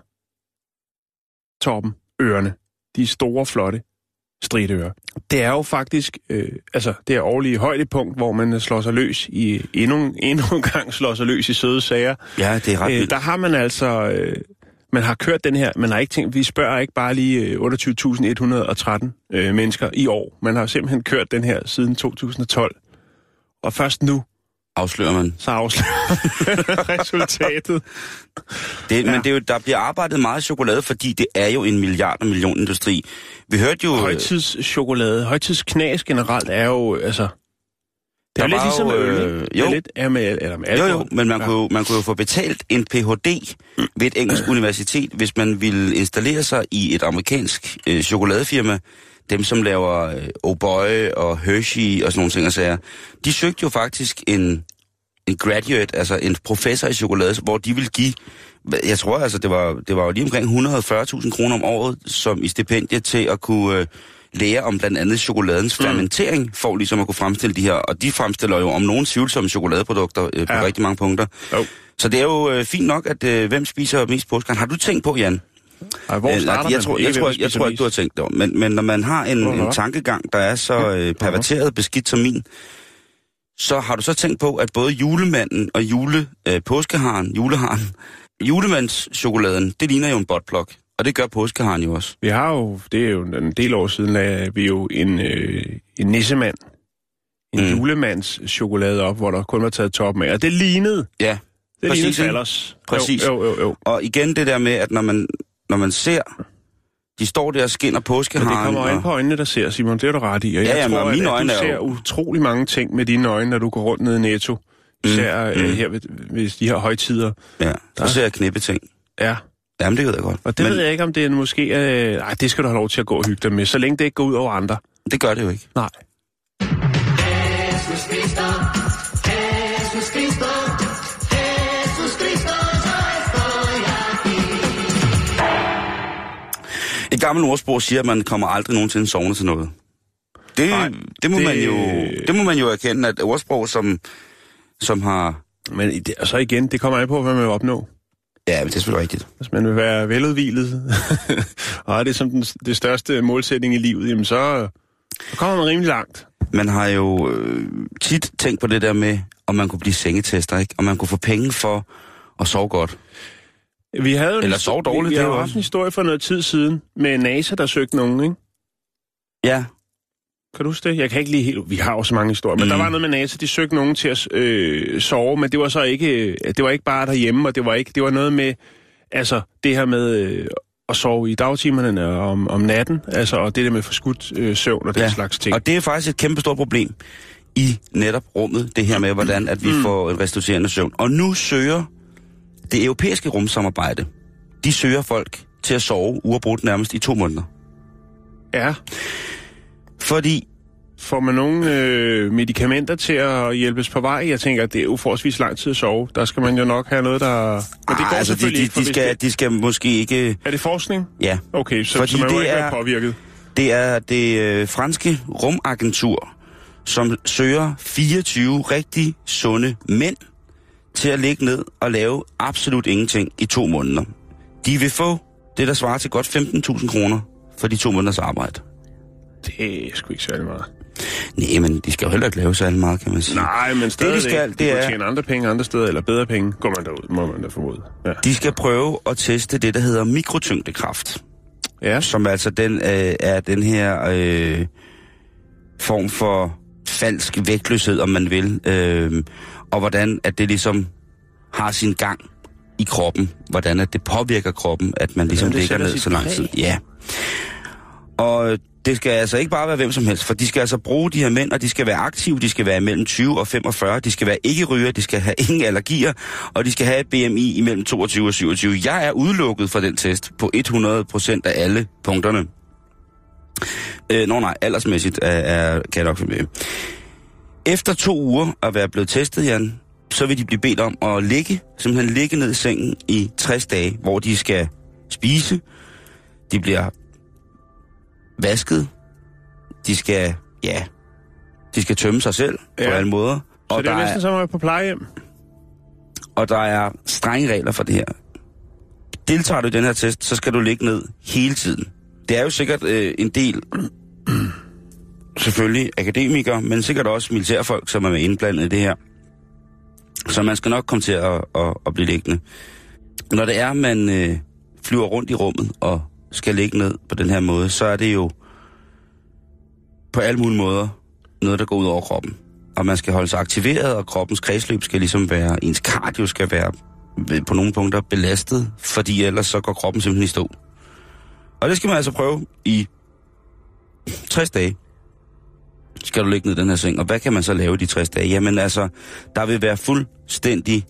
toppen, ørerne. De store, flotte stridører. Det er jo faktisk, øh, altså det er årlige højdepunkt, hvor man slår sig løs i, endnu, endnu en gang slår sig løs i søde sager. Ja, det er ret vildt. Øh, der har man altså, øh, man har kørt den her, man har ikke tænkt, vi spørger ikke bare lige otteogtyve tusind et hundrede og tretten øh, mennesker i år. Man har simpelthen kørt den her siden to tusind og tolv. Og først nu, afslører man. Så afslører resultatet. Det, ja. Men det er jo, der bliver arbejdet meget i chokolade, fordi det er jo en milliard- og millionindustri. Vi hørte jo... Højtidschokolade, højtidsknas generelt er jo, altså... Det er jo lidt ligesom jo, øl, øh, det er lidt er med, eller med alkohol. Jo, jo, men man, ja. kunne, man kunne jo få betalt en P H D ved et engelsk universitet, hvis man ville installere sig i et amerikansk øh, chokoladefirma. Dem, som laver øh, O'Boy og Hershey og sådan nogle ting og sager, de søgte jo faktisk en, en graduate, altså en professor i chokolade, hvor de ville give, jeg tror altså, det var, det var jo lige omkring et hundrede og fyrre tusind kroner om året, som i stipendie til at kunne øh, lære om blandt andet chokoladens mm. fermentering, for ligesom at kunne fremstille de her, og de fremstiller jo om nogen tvivlsomme chokoladeprodukter øh, på ja. rigtig mange punkter. Jo. Så det er jo øh, fint nok, at øh, hvem spiser mest påsken. Har du tænkt på, Jan? Ej, hvor starter jeg, jeg, tror, jeg, tror, jeg, jeg tror ikke, du har tænkt det over. Men, men når man har en, en tankegang, der er så øh, perverteret beskidt som min, så har du så tænkt på, at både julemanden og jule, øh, påskeharen, juleharen, julemandschokoladen, det ligner jo en botplok. Og det gør påskeharen jo også. Vi har jo, det er jo en del år siden, at vi jo en, øh, en nissemand, en mm. julemands chokolade op, hvor der kun var taget toppen af. Og det lignede. Ja, det præcis. Lignede Præcis. Jo, jo, jo. Og igen det der med, at når man, når man ser, de står der og skinner påskeharen. Men det kommer øjne og... på øjnene, der ser, Simon. Det er du ret i. Og ja, jeg ja, tror, mine at, øjne at du ser jo... utrolig mange ting med dine øjne, når du går rundt ned i Netto. Især mm. øh, her ved, ved de her højtider. Ja, så ser jeg knippe ting. Ja. Jamen, det ved jeg godt. Og det Men... ved jeg ikke, om det er måske... Øh... Ej, det skal du have lov til at gå og hygge dig med, så længe det ikke går ud over andre. Det gør det jo ikke. Nej. Et gammelt ordsprog siger, at man kommer aldrig nogensinde sovende til noget. Det, det, må, det... Man jo, det må man jo erkende, at ordsprog, som, som har... Men det, og så igen, det kommer an på, hvad man vil opnå. Ja, men det er selvfølgelig rigtigt. Hvis man vil være veludhvilet, og er det som den, det største målsætning i livet, jamen så, så kommer man rimelig langt. Man har jo øh, tit tænkt på det der med, om man kunne blive sengetester, ikke? Om man kunne få penge for at sove godt. Vi havde jo Eller sove dårligt. Vi, vi det har haft en historie for noget tid siden med NASA, der søgte nogen, ikke? Ja. Kan du huske det? Jeg kan ikke lige helt... Vi har jo så mange historier. Men mm. der var noget med NASA, de søgte nogen til at øh, sove, men det var så ikke... Det var ikke bare derhjemme, og det var ikke... Det var noget med... Altså, det her med øh, at sove i dagtimerne og om, om natten, altså, og det der med forskudt øh, søvn og den ja. slags ting. Og det er faktisk et kæmpe stort problem i netop rummet, det her med, hvordan at vi mm. får en restituerende søvn. Og nu søger det europæiske rumsamarbejde, de søger folk til at sove uafbrudt nærmest i to måneder. Ja. Fordi... Får man nogle øh, medicamenter til at hjælpes på vej? Jeg tænker, at det er jo forholdsvis lang tid at sove. Der skal man jo nok have noget, der... Men det går altså, selvfølgelig de, de, ikke, for de, skal, det... de skal måske ikke... Er det forskning? Ja. Okay, så, så man må ikke er, være påvirket. Det er det øh, franske rumagentur, som søger fireogtyve rigtig sunde mænd til at ligge ned og lave absolut ingenting i to måneder. De vil få det, der svarer til godt femten tusind kroner for de to måneders arbejde. Det er sgu ikke særlig meget. Nej, men de skal jo heller ikke lave særlig meget, kan man sige. Nej, men stadig det, de skal, det, det de er... tjene andre penge andre steder, eller bedre penge, går man derud, må man da formode. Ja. De skal prøve at teste det, der hedder mikrotyngdekraft. Ja. Som altså den, øh, er den her øh, form for falsk vægtløshed, om man vil. Øh, og hvordan at det ligesom har sin gang i kroppen. Hvordan at det påvirker kroppen, at man ligesom ligger ned så lang tid. Ja. Og det skal altså ikke bare være hvem som helst, for de skal altså bruge de her mænd, og de skal være aktive, de skal være mellem tyve og femogfyrre, de skal være ikke-ryger, de skal have ingen allergier, og de skal have et B M I imellem toogtyve og syvogtyve. Jeg er udelukket fra den test på hundrede procent af alle punkterne. Øh, nå nej, aldersmæssigt er, er, kan jeg nok med. Efter to uger at være blevet testet, Jan, så vil de blive bedt om at ligge, simpelthen ligge ned i sengen i tres dage, hvor de skal spise, de bliver vasket, de skal, ja, de skal tømme sig selv ja. på alle måder. Så og det er der næsten som at være på plejehjem? Og der er strenge regler for det her. Deltager du i den her test, så skal du ligge ned hele tiden. Det er jo sikkert øh, en del, selvfølgelig akademikere, men sikkert også militærfolk, som er indblandet i det her. Så man skal nok komme til at, at, at blive liggende. Når det er, man øh, flyver rundt i rummet og skal ligge ned på den her måde, så er det jo på alle mulige måder noget, der går ud over kroppen. Og man skal holde sig aktiveret, og kroppens kredsløb skal ligesom være, ens cardio skal være på nogle punkter belastet, fordi ellers så går kroppen simpelthen i stå. Og det skal man altså prøve i tres dage. Skal du ligge ned i den her seng. Og hvad kan man så lave i de tres dage? Jamen altså, der vil være fuldstændig,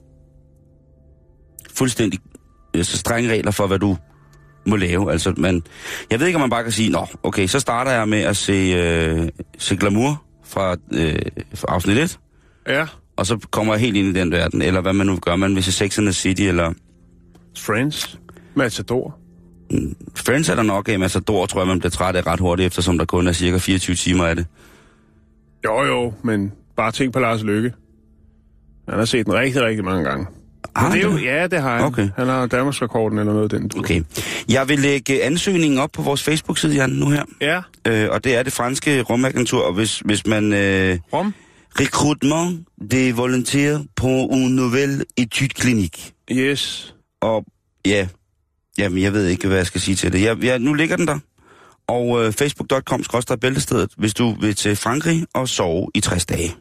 fuldstændig så strenge regler for, hvad du må lave. Altså, man, jeg ved ikke, om man bare kan sige, nå, okay, så starter jeg med at se, øh, se Glamour fra, øh, fra afsnit et. Ja. Og så kommer jeg helt ind i den verden. Eller hvad man nu gør. Man vil se Sex and the City, eller... Friends. Matador. Friends er der nok af. Matador tror jeg, man bliver træt af ret hurtigt, eftersom der kun er cirka fireogtyve timer af det. Jo, jo, men bare tænk på Lars Løkke. Han har set den rigtig, rigtig mange gange. Ah, det er jo, ja, det har han. Okay. Han har Danmarksrekorden eller noget den tur. Okay. Jeg vil lægge ansøgningen op på vores Facebook-side, Jan, nu her. Ja. Øh, og det er det franske rumagentur, og hvis, hvis man... Øh, Rom? Recrutement des volontaires pour une nouvelle étude clinique. Yes. Og ja, jamen, jeg ved ikke, hvad jeg skal sige til det. Jeg, jeg, nu ligger den der. Og øh, facebook punktum com skråstreg bæltestedet, hvis du vil til Frankrig og sove i tres dage.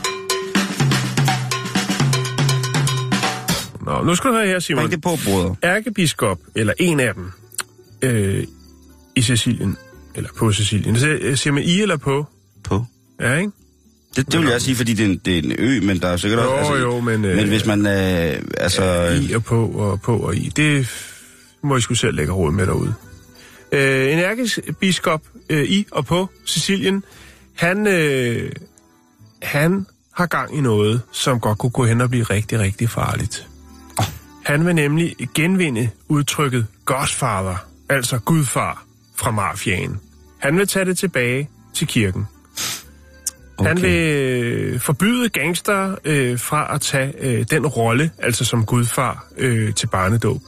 Nå, nu skal du høre her, Simon. Bring det på, broder. Ærkebiskop, eller en af dem, øh, i Sicilien, eller på Sicilien. Så siger man i eller på? På. Ja, ikke? Det, det vil jeg sige, fordi det er, en, det er en ø, men der er sikkert jo, også... Altså, jo, men... Øh, men hvis man... Øh, altså... Ja, i og på, og på og i. Det må I sgu selv lægge råd med derude. Øh, en ærkebiskop øh, i og på Sicilien, han, øh, han har gang i noget, som godt kunne gå hen og blive rigtig, rigtig farligt. Oh. Han vil nemlig genvinde udtrykket Godfather, altså gudfar fra mafiaen. Han vil tage det tilbage til kirken. Okay. Han vil forbyde gangster øh, fra at tage øh, den rolle, altså som gudfar, øh, til barnedåb.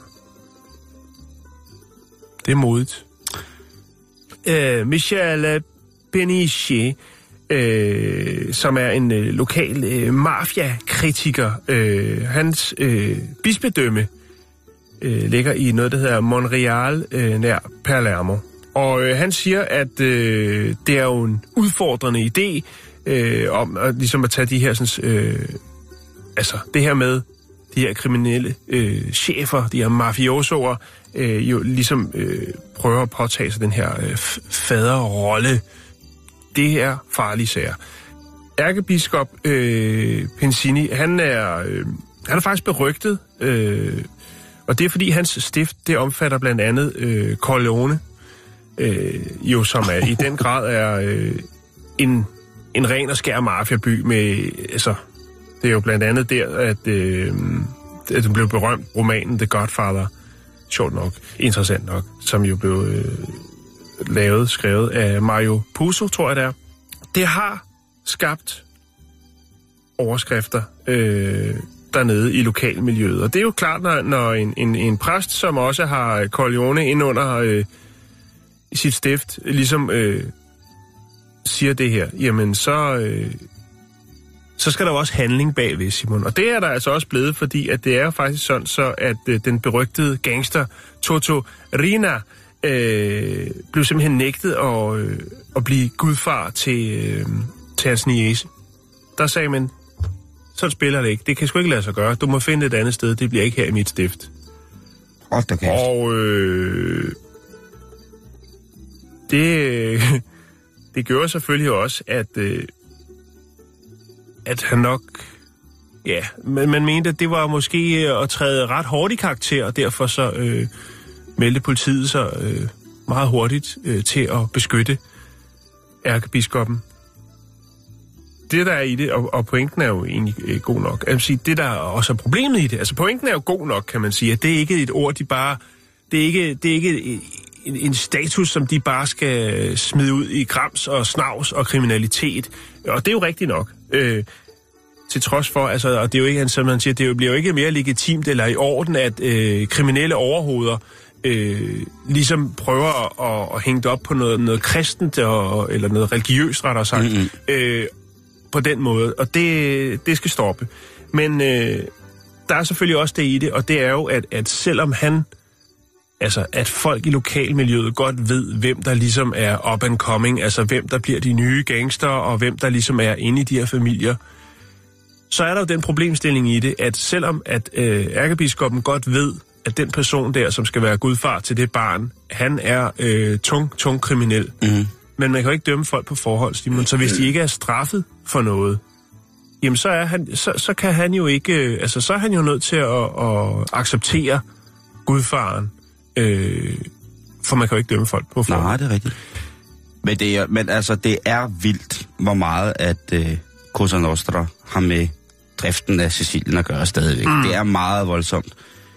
Det er modigt. Øh, Michel Benici, øh, som er en øh, lokal øh, mafia-kritiker, øh, hans øh, bispedømme øh, ligger i noget, der hedder Monreal, øh, nær Palermo. Og øh, han siger, at øh, det er jo en udfordrende idé øh, om at, ligesom at tage de her sådan, øh, altså det her med de her kriminelle øh, chefer, de her mafiosoer, øh, jo ligesom øh, prøver at påtage sig den her øh, faderrolle. Det er farlige sager. Ærkebiskop øh, Pensini, han er, øh, han er faktisk berygtet, øh, og det er fordi hans stift, det omfatter blandt andet øh, Corleone, øh, jo som er i den grad er øh, en, en ren og skær mafiaby med, altså, det er jo blandt andet der, at, øh, at den blev berømt, romanen The Godfather, sjovt nok, interessant nok, som jo blev øh, lavet, skrevet af Mario Puzo, tror jeg det er. Det har skabt overskrifter øh, dernede i lokalmiljøet. Og det er jo klart, når, når en, en, en præst, som også har Corleone ind under øh, sit stift, ligesom øh, siger det her, jamen så, øh, så skal der jo også handling bagved, Simon. Og det er der altså også blevet, fordi at det er jo faktisk sådan, så at øh, den berygtede gangster Toto Riina øh, blev simpelthen nægtet at, øh, at blive gudfar til, øh, til hans niece. Der sagde man, så spiller det ikke. Det kan sgu ikke lade sig gøre. Du må finde et andet sted. Det bliver ikke her i mit stift. Oh, der Og øh, det, det gjorde selvfølgelig også, at, øh, at han nok... Ja, men man mente, at det var måske at træde ret hårdt i karakter, og derfor så øh, meldte politiet sig øh, meget hurtigt øh, til at beskytte ærkebiskoppen. Det, der er i det, og, og pointen er jo egentlig øh, god nok. Jeg vil sige, det, der også er problemet i det, altså pointen er jo god nok, kan man sige, at det er ikke et ord, de bare... Det er ikke, det er ikke en, en status, som de bare skal smide ud i grams og snavs og kriminalitet. Og det er jo rigtigt nok. Øh, til trods for, altså, og det er jo ikke, som man siger, det bliver jo ikke mere legitimt eller i orden, at øh, kriminelle overhoveder øh, ligesom prøver at, at hænge det op på noget, noget kristent og, eller noget religiøst, rettere sagt, mm-hmm. øh, på den måde. Og det, det skal stoppe. Men øh, der er selvfølgelig også det i det, og det er jo, at, at selvom han, altså at folk i lokalmiljøet godt ved, hvem der ligesom er up and coming, altså hvem der bliver de nye gangster, og hvem der ligesom er inde i de her familier, så er der jo den problemstilling i det, at selvom at øh, ærkebiskoppen godt ved, at den person der, som skal være gudfar til det barn, han er øh, tung, tung kriminel. Mm-hmm. Men man kan jo ikke dømme folk på forhånd, Simon. Så hvis de ikke er straffet for noget, jamen så, er han, så, så kan han jo ikke, øh, altså så er han jo nødt til at, at acceptere gudfaren. Øh, for man kan jo ikke dømme folk på forhånd. Nej, det er rigtigt. Men, det er, men altså, det er vildt, hvor meget at øh, Cosa Nostra har med driften af Sicilien at gøre stadigvæk. Mm. Det er meget voldsomt.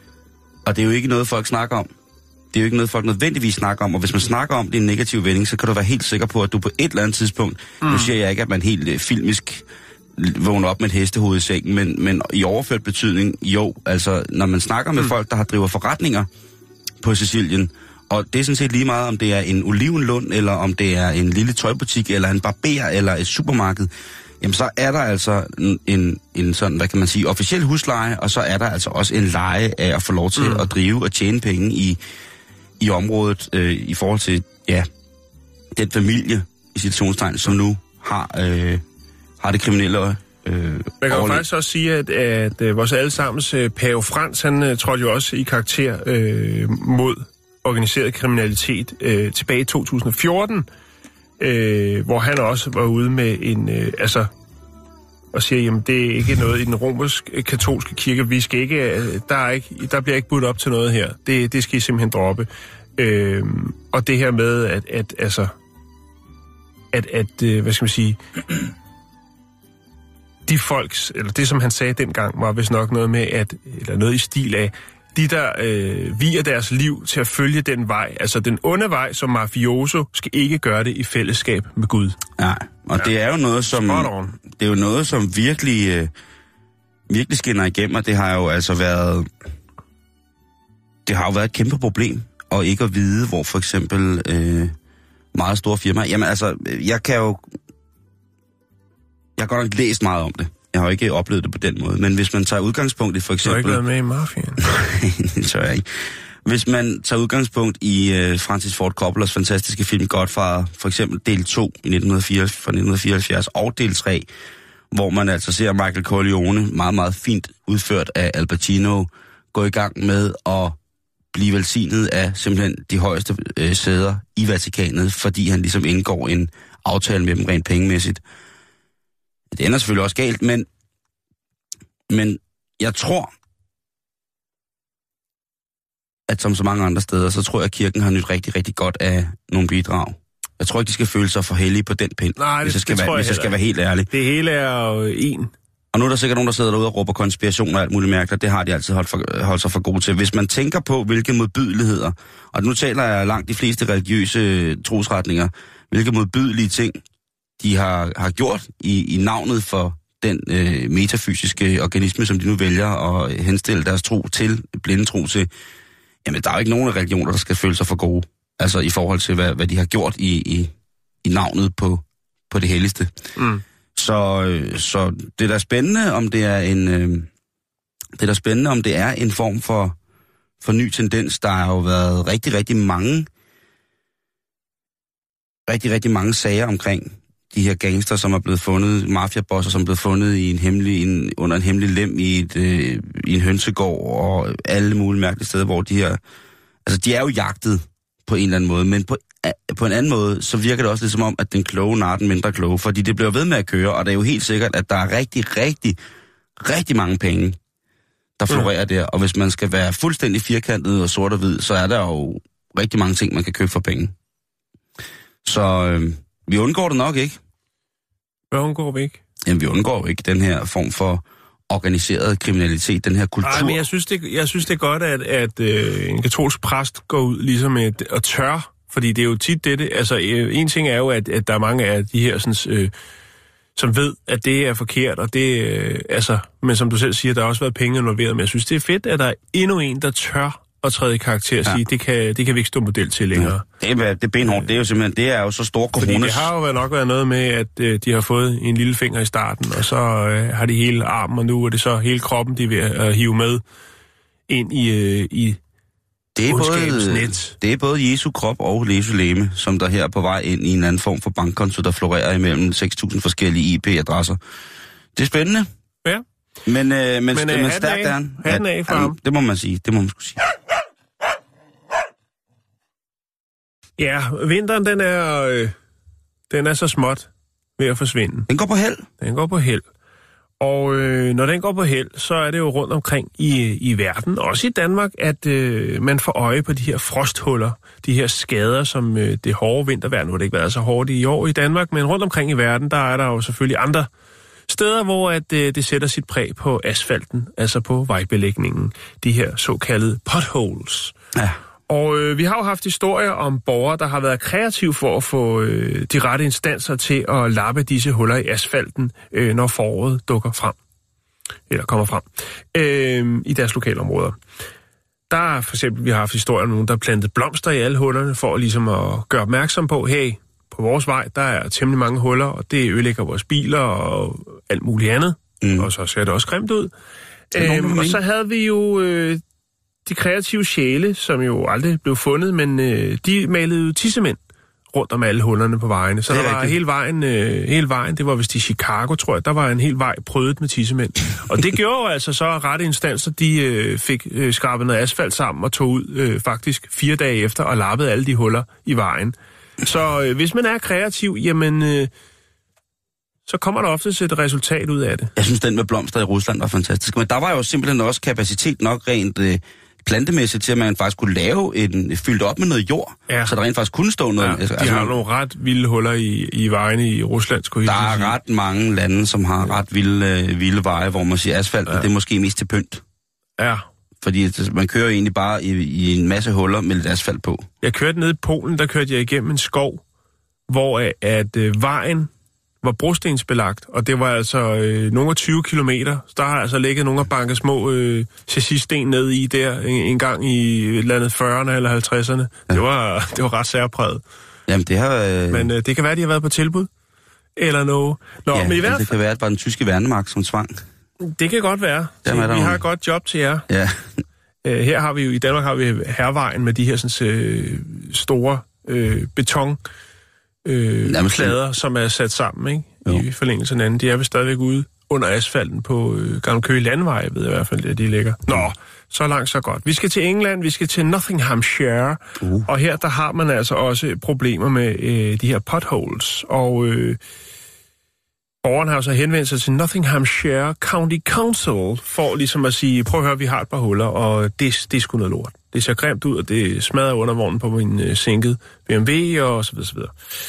Og det er jo ikke noget, folk snakker om. Det er jo ikke noget, folk nødvendigvis snakker om. Og hvis man snakker om det i en negativ vending, så kan du være helt sikker på, at du på et eller andet tidspunkt, mm. nu siger jeg ikke, at man helt øh, filmisk vågner op med et hestehoved i sengen, men, men i overført betydning, jo, altså når man snakker med mm. folk, der har driver forretninger på Sicilien, og det er sådan set lige meget, om det er en olivenlund, eller om det er en lille tøjbutik, eller en barber, eller et supermarked, jamen så er der altså en, en sådan, hvad kan man sige, officiel husleje, og så er der altså også en leje af at få lov til mm. at drive og tjene penge i, i området, øh, i forhold til, ja, den familie, i situationstegn, som nu har, øh, har det kriminelle. Øh, Man kan jo faktisk også sige, at, at, at vores allesammens uh, Pave Frans, han uh, trådte jo også i karakter uh, mod organiseret kriminalitet uh, tilbage i to tusind og fjorten, uh, hvor han også var ude med en, uh, altså, og siger, jamen det er ikke noget i den romersk-katolske kirke, vi skal ikke, uh, der, er ikke, der bliver ikke budt op til noget her, det, det skal I simpelthen droppe. Uh, og det her med, at, at altså, at, at uh, hvad skal man sige, de folks, eller det som han sagde dengang, var vist nok noget med, at, eller noget i stil af, de der øh, viger deres liv til at følge den vej, altså den onde vej som mafioso, skal ikke gøre det i fællesskab med Gud. Nej, og ja. det er jo noget, som det er jo noget, som virkelig, øh, virkelig skinner igennem, og det har jo altså været, det har jo været et kæmpe problem, og ikke at vide, hvor for eksempel øh, meget store firmaer, jamen altså, jeg kan jo Jeg har godt nok læst meget om det. Jeg har jo ikke oplevet det på den måde. Men hvis man tager udgangspunkt i for eksempel... Du har ikke været med i mafiaen. Det tør jeg ikke. Hvis man tager udgangspunkt i øh, Francis Ford Coppolas fantastiske film Godfather, for eksempel del to i nitten fireoghalvfjerds og del tre, hvor man altså ser Michael Corleone meget, meget fint udført af Al Pacino, gå i gang med at blive velsignet af simpelthen de højeste øh, sæder i Vatikanet, fordi han ligesom indgår en aftale med dem rent pengemæssigt. Det ender selvfølgelig også galt, men, men jeg tror, at som så mange andre steder, så tror jeg, at kirken har nyt rigtig, rigtig godt af nogle bidrag. Jeg tror ikke, de skal føle sig for heldige på den pind, Nej, det, hvis jeg skal, det være, jeg hvis jeg skal være helt ærlig. Det hele er jo en. Og nu er der sikkert nogen, der sidder derude og råber konspiration og alt muligt mærkeligt. Det har de altid holdt, for, holdt sig for gode til. Hvis man tænker på, hvilke modbydeligheder, og nu taler jeg langt de fleste religiøse trosretninger, hvilke modbydelige ting de har, har gjort i, i navnet for den øh, metafysiske organisme, som de nu vælger at henstille deres tro til, blinde tro til, jamen der er jo ikke nogen af religioner, der skal føle sig for gode. Altså i forhold til, hvad, hvad de har gjort i, i, i navnet på, på det helligste. Mm. Så, så det er da spændende, om det er en, øh, det er da spændende, om det er en form for, for ny tendens. Der har jo været rigtig, rigtig mange, rigtig, rigtig mange sager omkring de her gangster, som er blevet fundet, mafiabosser, som er blevet fundet i en hemmelig, en, under en hemmelig lem i, et, øh, i en hønsegård og alle mulige mærkelige steder, hvor de her, altså de er jo jagtet på en eller anden måde, men på På en anden måde, så virker det også lidt som om, at den kloge nar den mindre kloge, fordi det bliver ved med at køre, og det er jo helt sikkert, at der er rigtig, rigtig, rigtig mange penge, der florerer der. Og hvis man skal være fuldstændig firkantet og sort og hvid, så er der jo rigtig mange ting, man kan købe for penge. Så øh, vi undgår det nok ikke. Hvad undgår vi ikke? Jamen, vi undgår jo ikke den her form for organiseret kriminalitet, den her kultur. Nej, men jeg synes, det, jeg synes, det er godt, at, at øh, en katolsk præst går ud ligesom et, og tør. Fordi det er jo tit det, altså en ting er jo, at, at der er mange af de her, sådan, øh, som ved, at det er forkert, og det, øh, altså, men som du selv siger, der har også været penge involveret, men jeg synes, det er fedt, at der er endnu en, der tør at træde i karakter og ja. sige, det kan, det kan vi ikke stå model til længere. Ja, det, er, det er benhårdt, det er jo simpelthen, det er jo så stor kommunes. Fordi det har jo nok været noget med, at øh, de har fået en lille finger i starten, og så øh, har de hele armen, og nu er det så hele kroppen, de er ved at hive med ind i, øh, i Det er, både, det er både Jesu krop og Jesu legeme, som der her er på vej ind i en anden form for bankkonto, der florerer imellem seks tusind forskellige I P-adresser. Det er spændende. Ja. Men, øh, men, men, men men stærkt er han. Hatten af for ham. Det må man sige. Det må man skulle sige. Ja, vinteren den er, øh, den er så småt ved at forsvinde. Den går på held. Den går på held. Og øh, når den går på held, så er det jo rundt omkring i, i verden, også i Danmark, at øh, man får øje på de her frosthuller, de her skader, som øh, det hårde vintervejr, nu har det ikke været så hårdt i år i Danmark, men rundt omkring i verden, der er der jo selvfølgelig andre steder, hvor at, øh, det sætter sit præg på asfalten, altså på vejbelægningen, de her såkaldte potholes. Ja. Og øh, vi har jo haft historier om borgere, der har været kreative for at få øh, de rette instanser til at lappe disse huller i asfalten, øh, når foråret dukker frem, eller kommer frem, øh, i deres lokalområder. Der er for eksempel, vi har haft historier om nogen, der plantede blomster i alle hullerne, for ligesom at gøre opmærksom på, hey, på vores vej, der er temmelig mange huller, og det ødelægger vores biler og alt muligt andet. Mm. Og så ser det også grimt ud. Øh, og så havde vi jo... Øh, de kreative sjæle, som jo aldrig blev fundet, men øh, de malede tissemænd rundt om alle hullerne på vejene. Så der var hele vejen, øh, hele vejen, det var vist i Chicago, tror jeg, der var en hel vej prøvet med tissemænd. Og det gjorde altså så, at rette instanser, de øh, fik øh, skrabet noget asfalt sammen og tog ud øh, faktisk fire dage efter og lappede alle de huller i vejen. Så øh, hvis man er kreativ, jamen... Øh, så kommer der ofte et resultat ud af det. Jeg synes, den med blomster i Rusland var fantastisk. Men der var jo simpelthen også kapacitet nok rent øh, plantemæssigt til, at man faktisk kunne lave en fyldt op med noget jord. Ja. Så der rent faktisk kunne stå noget. Ja, altså, de har nogle ret vilde huller i, i vejene i Rusland, skulle jeg sige. Der er ret mange lande, som har ret vilde, øh, vilde veje, hvor man siger, asfalt, ja. Det er måske mest til pynt. Ja. Fordi man kører jo egentlig bare i, i en masse huller med lidt asfalt på. Jeg kørte ned i Polen, der kørte jeg igennem en skov, hvor at øh, vejen var brostensbelagt, og det var altså øh, nogle af tyve kilometer. Der har altså ligget nogle af banke små øh, chassissten ned i der en, en gang i et eller andet fyrrerne eller halvtredserne. Ja. Det var det var ret særpræget. Jamen det har... Øh... Men øh, det kan være, de har været på tilbud. Eller noget. Nå, ja, men i hvert fald... det kan være, at det var den tyske værnemagt som tvang. Det kan godt være. Så vi har et godt job til jer. Ja. Øh, her har vi jo, i Danmark har vi Hærvejen med de her sådan, øh, store øh, beton øh, plader, som er sat sammen, ikke? Jo. I forlængelse af hinanden. De er vist stadigvæk ude under asfalten på øh, Gamle Køge Landvej, ved jeg i hvert fald, at de ligger. Nå, så langt, så godt. Vi skal til England, vi skal til Nottinghamshire, uh. og her der har man altså også problemer med øh, de her potholes, og øh, borgeren har så henvendt sig til Nottinghamshire County Council for ligesom at sige, prøv at høre, vi har et par huller, og det, det er sgu noget lort. Det ser grimt ud, og det smadrer undervognen på min øh, sænket B M W, og så videre, så videre.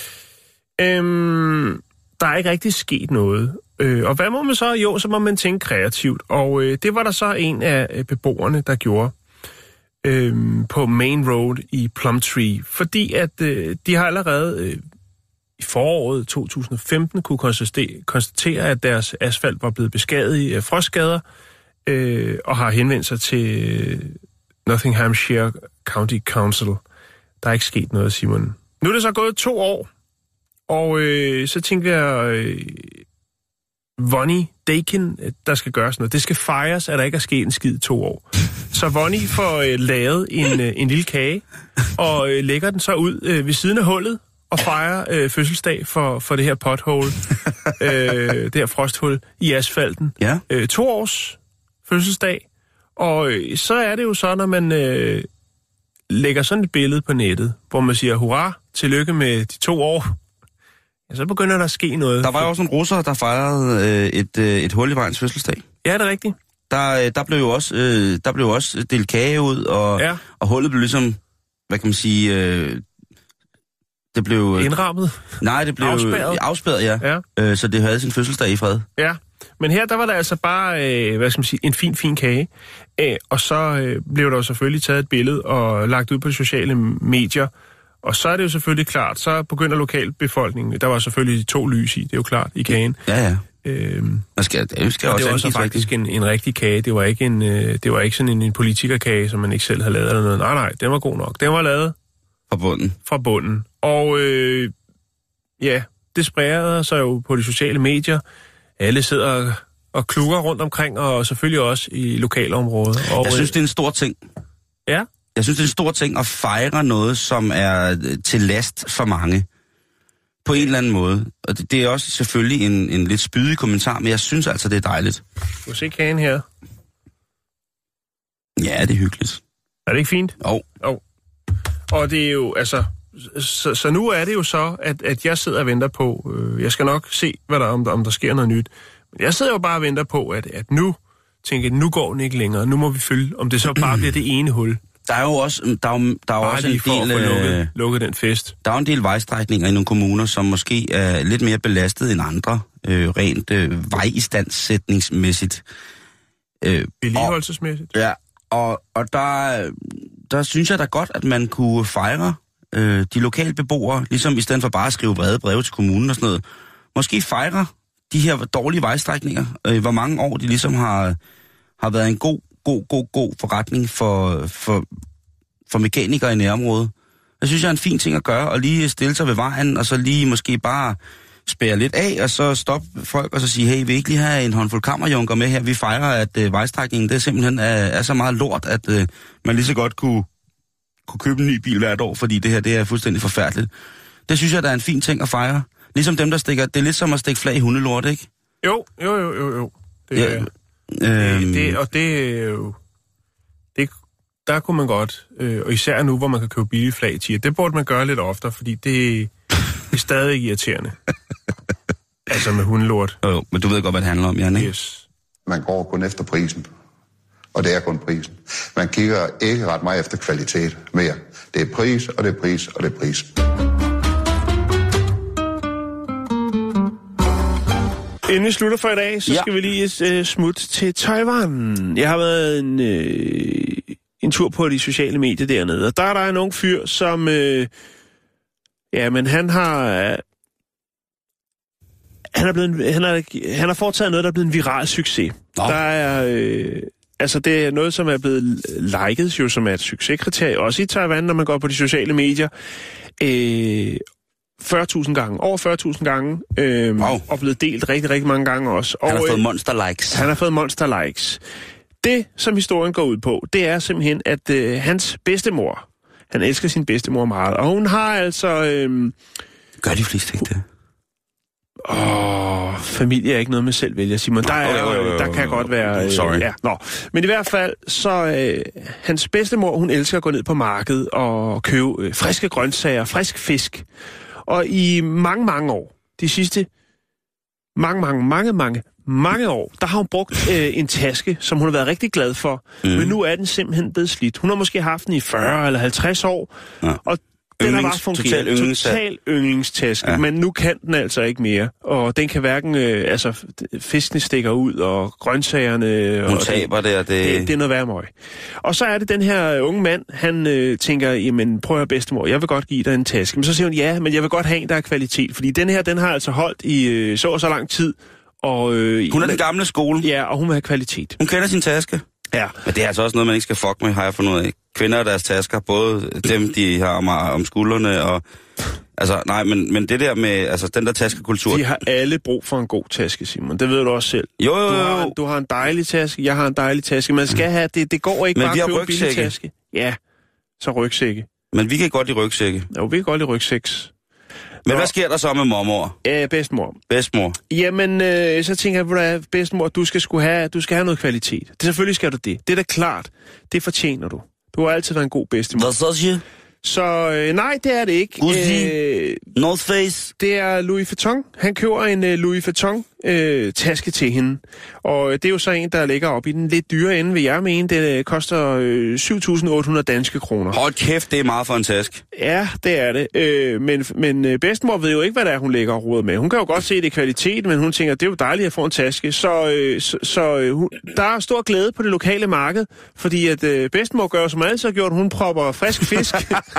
Øhm, der er ikke rigtig sket noget. Øh, og hvad må man så? Jo, så må man tænke kreativt. Og øh, det var der så en af beboerne, der gjorde øh, på Main Road i Plumtree. Fordi at øh, de har allerede øh, i foråret to tusind og femten kunne konstatere, konstatere, at deres asfalt var blevet beskadiget af frostskader, øh, og har henvendt sig til øh, Nottinghamshire County Council. Der er ikke sket noget, Simon. Nu er det så gået to år, og øh, så tænker jeg... Øh, Vonnie Dakin, der skal gøres noget. Det skal fejres, at der ikke er sket en skid i to år. Så Vonnie får øh, lavet en, øh, en lille kage, og øh, lægger den så ud øh, ved siden af hullet, og fejrer øh, fødselsdag for, for det her pothole, øh, det her frosthul i asfalten. Ja. Øh, to års fødselsdag. Og øh, så er det jo så, når man øh, lægger sådan et billede på nettet, hvor man siger, hurra, tillykke med de to år. Ja, så begynder der at ske noget. Der var jo også en russer, der fejrede øh, et, øh, et hul i vejens fødselsdag. Ja, det er rigtigt. Der, øh, der blev jo også, øh, der blev også delt kage ud, og, ja. og hullet blev ligesom, hvad kan man sige, øh, det blev... Øh, indrammet? Nej, det blev... Afspærret? Afspærret, ja. ja. Øh, så det havde sin fødselsdag i fred. Ja, men her der var der altså bare, øh, hvad skal man sige, en fin, fin kage. Æh, og så øh, blev der jo selvfølgelig taget et billede og lagt ud på de sociale medier. Og så er det jo selvfølgelig klart, så begynder lokalbefolkningen, der var selvfølgelig to lys i, det er jo klart, i kagen. Ja, ja. Øhm, Man skal, det skal og også det var så faktisk en, en rigtig kage, det var ikke, en, øh, det var ikke sådan en, en politikerkage, som man ikke selv havde lavet eller noget. Nej, nej, den var god nok. Den var lavet fra bunden. Fra bunden. Og øh, ja, det spreder sig jo på de sociale medier. Alle sidder og, og klukker rundt omkring, og selvfølgelig også i lokalområdet. Og, jeg synes, det er en stor ting. Ja? Jeg synes, det er en stor ting at fejre noget, som er til last for mange. På en eller anden måde. Og det, det er også selvfølgelig en, en lidt spydig kommentar, men jeg synes altså, det er dejligt. Du kan se kagen her. Ja, det er hyggeligt. Er det ikke fint? Jo. Jo. Og det er jo, altså... Så, så nu er det jo så, at, at jeg sidder og venter på... Øh, jeg skal nok se, hvad der, om, der, om der sker noget nyt. Men jeg sidder jo bare og venter på, at, at nu... tænker nu går den ikke længere. Nu må vi følge, om det så bare bliver det ene hul. Der er jo også, der er jo, der er også en del... at lukket, lukket den fest. Der er jo en del vejstrækninger i nogle kommuner, som måske er lidt mere belastet end andre, øh, rent øh, vejistandsætningsmæssigt. Øh, Vedligeholdelsesmæssigt. Ja, og, og der, der synes jeg da godt, at man kunne fejre øh, de lokale beboere, ligesom i stedet for bare at skrive brede breve til kommunen og sådan noget. Måske fejre de her dårlige vejstrækninger, øh, hvor mange år de ligesom har, har været en god, god, god, god forretning for, for, for mekanikere i nærområdet. Jeg synes, jeg er en fin ting at gøre, og lige stille sig ved vejen, og så lige måske bare spære lidt af, og så stoppe folk og så sige, hey, vi ikke lige have en håndfuld kammerjunker med her. Vi fejrer, at øh, vejstrækningen det simpelthen er, er så meget lort, at øh, man lige så godt kunne, kunne købe en ny bil hvert år, fordi det her det er fuldstændig forfærdeligt. Det synes jeg, der er en fin ting at fejre. Ligesom dem, der stikker... Det er lidt som at stikke flag i hundelort, ikke? Jo, jo, jo, jo, jo. Det, ja, øh, det, det, og det er jo... Det, der kunne man godt... Øh, og især nu, hvor man kan købe billige flag i det burde man gøre lidt oftere, fordi det, det er stadig irriterende. Altså med hundelort. Jo, men du ved godt, hvad det handler om, Jan, ikke? Yes. Man går kun efter prisen. Og det er kun prisen. Man kigger ikke ret meget efter kvalitet mere. Det er pris, og det er pris, og det er pris. Inden vi slutter for i dag, så ja. skal vi lige uh, smutte til Taiwan. Jeg har været en, uh, en tur på de sociale medier dernede, og der er der en ung fyr, som... Uh, ja, men han har... Uh, han, er blevet, han, har, han har foretaget noget, der er blevet en viral succes. Nå. Der er... Uh, altså, det er noget, som er blevet liket, jo, som er et succeskriterie, også i Taiwan, når man går på de sociale medier. Uh, fyrre tusind gange, over fyrre tusind gange, øhm, wow. og blevet delt rigtig, rigtig mange gange også. Og, han har fået øh, monster likes. Han har fået monster likes. Det, som historien går ud på, det er simpelthen, at øh, hans bedstemor, han elsker sin bedstemor meget, og hun har altså... Øh, Gør de fleste ikke det? Åh, familie er ikke noget med selv vælger, Simon. Der, er, okay, okay, okay, der kan godt være... Øh, Sorry. Ja, nå. Men i hvert fald, så øh, hans bedstemor, hun elsker at gå ned på markedet og købe øh, friske grøntsager, frisk fisk. Og i mange, mange år, de sidste mange, mange, mange, mange, mange år, der har hun brugt øh, en taske, som hun har været rigtig glad for. Mm. Men nu er den simpelthen blevet slidt. Hun har måske haft den i fyrre eller halvtreds år, ja. Og den har bare fungeret. Total, yndlings, total yndlingstaske, ja. Men nu kan den altså ikke mere. Og den kan hverken, øh, altså, fiskene stikker ud, og grøntsagerne... Hun og taber det, og det... det... Det er noget værre møg. Og så er det den her unge mand, han øh, tænker, jamen prøv at høre bedstemor, jeg vil godt give dig en taske. Men så siger hun, ja, men jeg vil godt have en, der er kvalitet. Fordi den her, den har altså holdt i øh, så og så lang tid. Og, øh, hun er den gamle skole. Ja, og hun vil have kvalitet. Hun kender sin taske. Ja. Men det er altså også noget, man ikke skal fuck med, har jeg fundet ud af. Kvinder og deres tasker, både dem, de har om, om skuldrene og... Altså, nej, men, men det der med, altså, den der taskekultur... De har alle brug for en god taske, Simon. Det ved du også selv. Jo, jo, jo. Du har, du har en dejlig taske, jeg har en dejlig taske. Man skal have... Det, det går ikke men bare at købe en billig rygsække. taske. Ja, så rygsække. Men vi kan godt lide rygsække. Jo, vi kan godt lide rygsæks. Men Nå. Hvad sker der så med mormor? Ja, bedstemor. Bedstemor. Jamen, øh, så tænker jeg, hvad bedstemor, du skal, skulle have, du skal have noget kvalitet. Det, selvfølgelig skal du det. Det er da klart. Det fortjener du. Du har altid været en god bedstemor. Hvad så siger? Så øh, nej, det er det ikke. Gucci. Øh, North Face. Det er Louis Vuitton. Han køber en uh, Louis Vuitton øh, taske til hende. Og det er jo så en, der ligger op i den lidt dyre ende, vil jeg mene. Det øh, koster øh, syv tusind otte hundrede danske kroner. Hold kæft, det er meget for en taske. Ja, det er det. Øh, men men øh, bedstemor ved jo ikke, hvad det er, hun lægger og roder med. Hun kan jo godt se, det er kvalitet, men hun tænker, det er jo dejligt at få en taske. Så, øh, så, så øh, hun, der er stor glæde på det lokale marked, fordi at øh, bedstemor gør, som altid har gjort, hun propper frisk fisk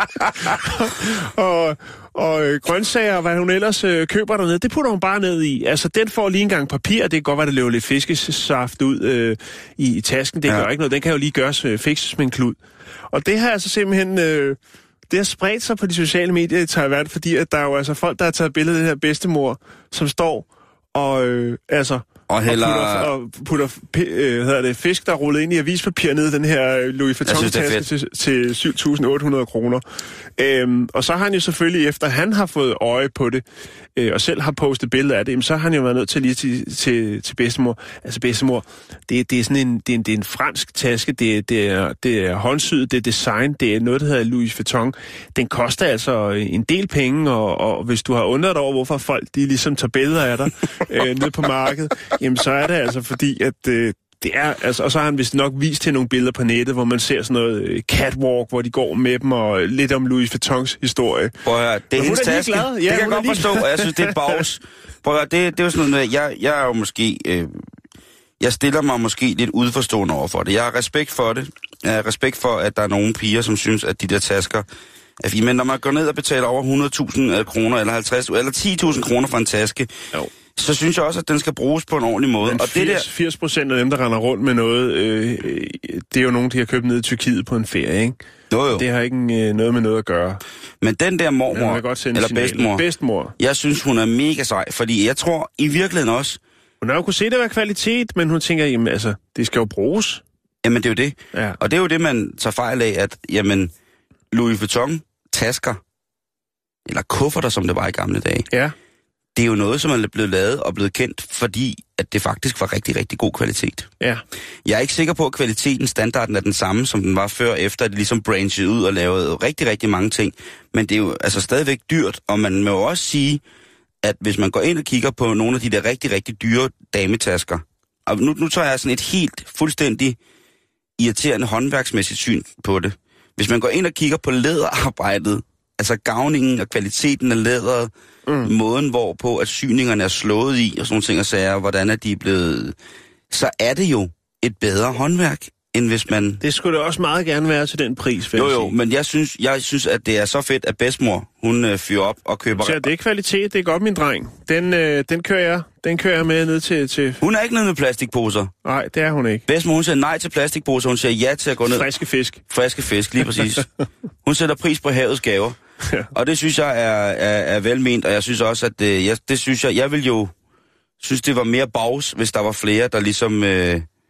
og... Og øh, grøntsager, hvad hun ellers øh, køber dernede, det putter hun bare ned i. Altså, den får lige en gang papir, det kan godt være, der løber lidt fiskesaft ud øh, i, i tasken. Det ja. Gør ikke noget, den kan jo lige gøres øh, fikses med en klud. Og det har altså simpelthen, øh, det har spredt sig på de sociale medier i Taiwan, fordi at der er jo altså folk, der har taget billeder af den her bedstemor, som står og øh, altså... Og, heller... og putter, og putter øh, hvad hedder det, fisk, der er rullet ind i avispapir ned den her Louis Vuitton-taske til, til syv tusind otte hundrede kroner. Øhm, og så har han jo selvfølgelig, efter han har fået øje på det, øh, og selv har postet billeder af det, jamen, så har han jo været nødt til lige til, til, til bedstemor. Altså bedstemor, det, det, er sådan en, det, er en, det er en fransk taske, det, det, er, det er håndsyet, det er design, det er noget, der hedder Louis Vuitton. Den koster altså en del penge, og, og hvis du har undret over, hvorfor folk de ligesom tager billeder af dig øh, nede på markedet, jamen så er det altså fordi, at øh, det er, altså, og så har han vist nok vist til nogle billeder på nettet, hvor man ser sådan noget øh, catwalk, hvor de går med dem, og lidt om Louis Vuittons historie. Prøv at høre, det er hendes taske. Ja, det kan jeg godt forstå, og jeg synes, det er bags. Prøv at høre, det, det er jo sådan noget, jeg, jeg er jo måske, øh, jeg stiller mig måske lidt udforstående over for det. Jeg har respekt for det. Jeg har respekt for, at der er nogle piger, som synes, at de der tasker er fine. Men når man går ned og betaler over hundrede tusind kroner, eller halvtreds, eller ti tusind kroner for en taske, jo. Så synes jeg også, at den skal bruges på en ordentlig måde. Men og firs, det der... firs procent af dem, der render rundt med noget, øh, det er jo nogen, de har købt ned i Tyrkiet på en ferie, ikke? Jo, jo. Det har ikke øh, noget med noget at gøre. Men den der mormor, eller bedstemor, bedstemor, jeg synes, hun er mega sej, fordi jeg tror i virkeligheden også... Hun har jo kunne se, det var kvalitet, men hun tænker, jamen altså, det skal jo bruges. Jamen det er jo det. Ja. Og det er jo det, man tager fejl af, at jamen, Louis Vuitton tasker, eller kufferter, som det var i gamle dage, ja. Det er jo noget, som er blevet lavet og blevet kendt, fordi at det faktisk var rigtig, rigtig god kvalitet. Ja. Jeg er ikke sikker på, at kvaliteten, standarden er den samme, som den var før, efter at det ligesom branchede ud og lavede rigtig, rigtig mange ting. Men det er jo altså stadigvæk dyrt, og man må jo også sige, at hvis man går ind og kigger på nogle af de der rigtig, rigtig dyre dametasker, og nu, nu tager jeg sådan et helt fuldstændig irriterende håndværksmæssigt syn på det. Hvis man går ind og kigger på læderarbejdet, altså gavningen og kvaliteten af læderet, mm. måden hvorpå at syningerne er slået i, og sådan nogle ting og sager, hvordan er de blevet, så er det jo et bedre håndværk, end hvis man... Det skulle det også meget gerne være til den pris, vil Jo, jeg jo, sige. men jeg synes, jeg synes, at det er så fedt, at bedsmor, hun øh, fyrer op og køber... Så det er kvalitet, det er godt, min dreng. Den, øh, den, kører jeg, den kører jeg med ned til, til... Hun er ikke nede med plastikposer. Nej, det er hun ikke. Bedsmor, hun siger nej til plastikposer, hun siger ja til at gå ned... Friske fisk. Friske fisk, lige præcis. Hun sætter pris på havets gaver. Ja. Og det synes jeg er, er, er velment, og jeg synes også, at øh, jeg, det synes jeg, jeg vil jo synes, det var mere bags, hvis der var flere, der ligesom... Øh,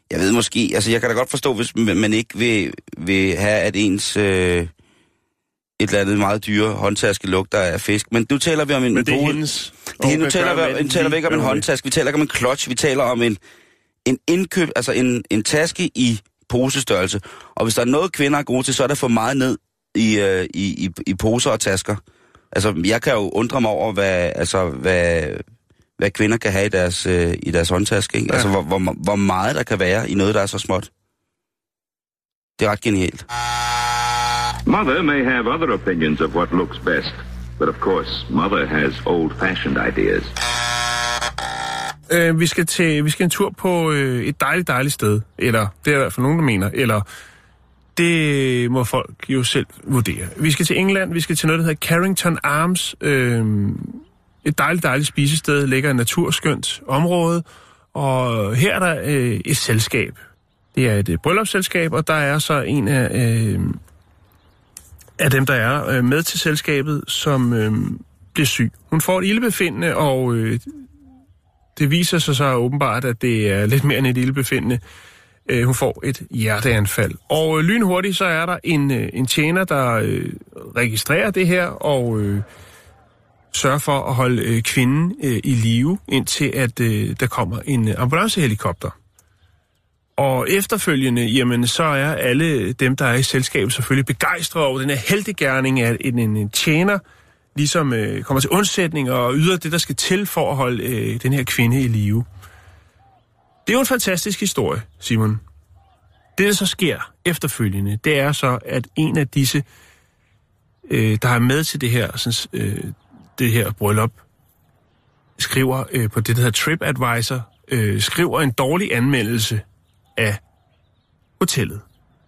Jeg ved måske, altså jeg kan da godt forstå, hvis man ikke vil, vil have, at ens øh, et eller andet meget dyre håndtaske lugter af fisk. Men nu taler vi om en... Men det er pose. hendes... Det er, nu taler vi, vi taler vi ikke om en håndtaske, vi taler ikke om en clutch, vi taler om en, en indkøb, altså en, en taske i posestørrelse. Og hvis der er noget, kvinder er gode til, så er der for meget ned i, øh, i, i, i poser og tasker. Altså, jeg kan jo undre mig over, hvad, altså, hvad, hvad kvinder kan have i deres, øh, i deres håndtaske, ikke? Ja. Altså, hvor, hvor, hvor meget der kan være i noget, der er så småt. Det er ret genialt. Mother may have other opinions of what looks best, but of course, Mother has old-fashioned ideas. Øh, vi, skal til, vi skal en tur på øh, et dejligt, dejligt sted. Eller, det er i hvert fald nogen, der mener. Eller, det må folk jo selv vurdere. Vi skal til England, vi skal til noget, der hedder Carrington Arms. Øh, et dejligt, dejligt spisested, ligger i et naturskønt område. Og her er der øh, et selskab. Det er et øh, bryllupsselskab, og der er så en af, øh, af dem, der er øh, med til selskabet, som øh, bliver syg. Hun får et ildebefindende, og... Øh, Det viser sig så åbenbart, at det er lidt mere end et ildebefindende. Øh, hun får et hjerteanfald. Og øh, lynhurtigt så er der en, øh, en tjener, der øh, registrerer det her og øh, sørger for at holde øh, kvinden øh, i live, indtil at øh, der kommer en øh, ambulancehelikopter. Og efterfølgende, jamen, så er alle dem, der er i selskabet, selvfølgelig begejstrede over den her heltegerning af en, en, en tjener, ligesom øh, kommer til undsætning og yder det, der skal til for at holde øh, den her kvinde i live. Det er jo en fantastisk historie, Simon. Det, der så sker efterfølgende, det er så, at en af disse, øh, der er med til det her, sådan, øh, det her bryllup, skriver øh, på det, der hedder TripAdvisor, øh, skriver en dårlig anmeldelse af hotellet.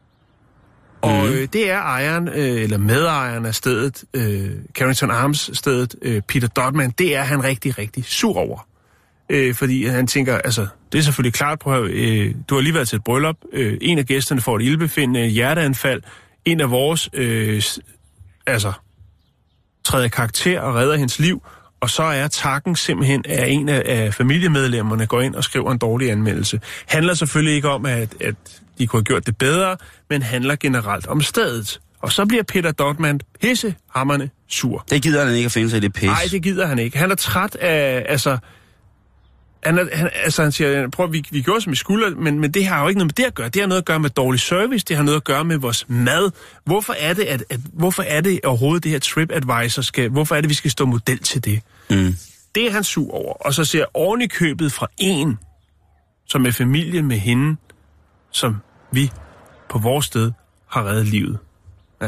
Og øh, det er ejeren, øh, eller medejeren af stedet, øh, Carrington Arms stedet, øh, Peter Dodman, det er han rigtig, rigtig sur over. Øh, fordi han tænker, altså, det er selvfølgelig klart, prøv, øh, du har lige været til et bryllup, øh, en af gæsterne får et ildebefindende, hjerteanfald, en af vores, øh, altså, træder karakter og redder hendes liv, og så er takken simpelthen, at en af, af familiemedlemmerne går ind og skriver en dårlig anmeldelse. Handler selvfølgelig ikke om, at, at de kunne have gjort det bedre, men handler generelt om stedet. Og så bliver Peter Dodman pissehamrende sur. Det gider han ikke at finde sig i det pis. Nej, det gider han ikke. Han er træt af, altså... Han, er, han, altså, han siger, prøv, vi, vi gjorde, som vi skulle, men, men det har jo ikke noget med det at gøre. Det har noget at gøre med dårlig service, det har noget at gøre med vores mad. Hvorfor er det, at, at, hvorfor er det overhovedet, det her TripAdvisor skal... Hvorfor er det, vi skal stå model til det? Mm. Det er han sur over. Og så ser oven i købet fra en, som er familie med hende, som vi på vores sted har reddet livet. Ja.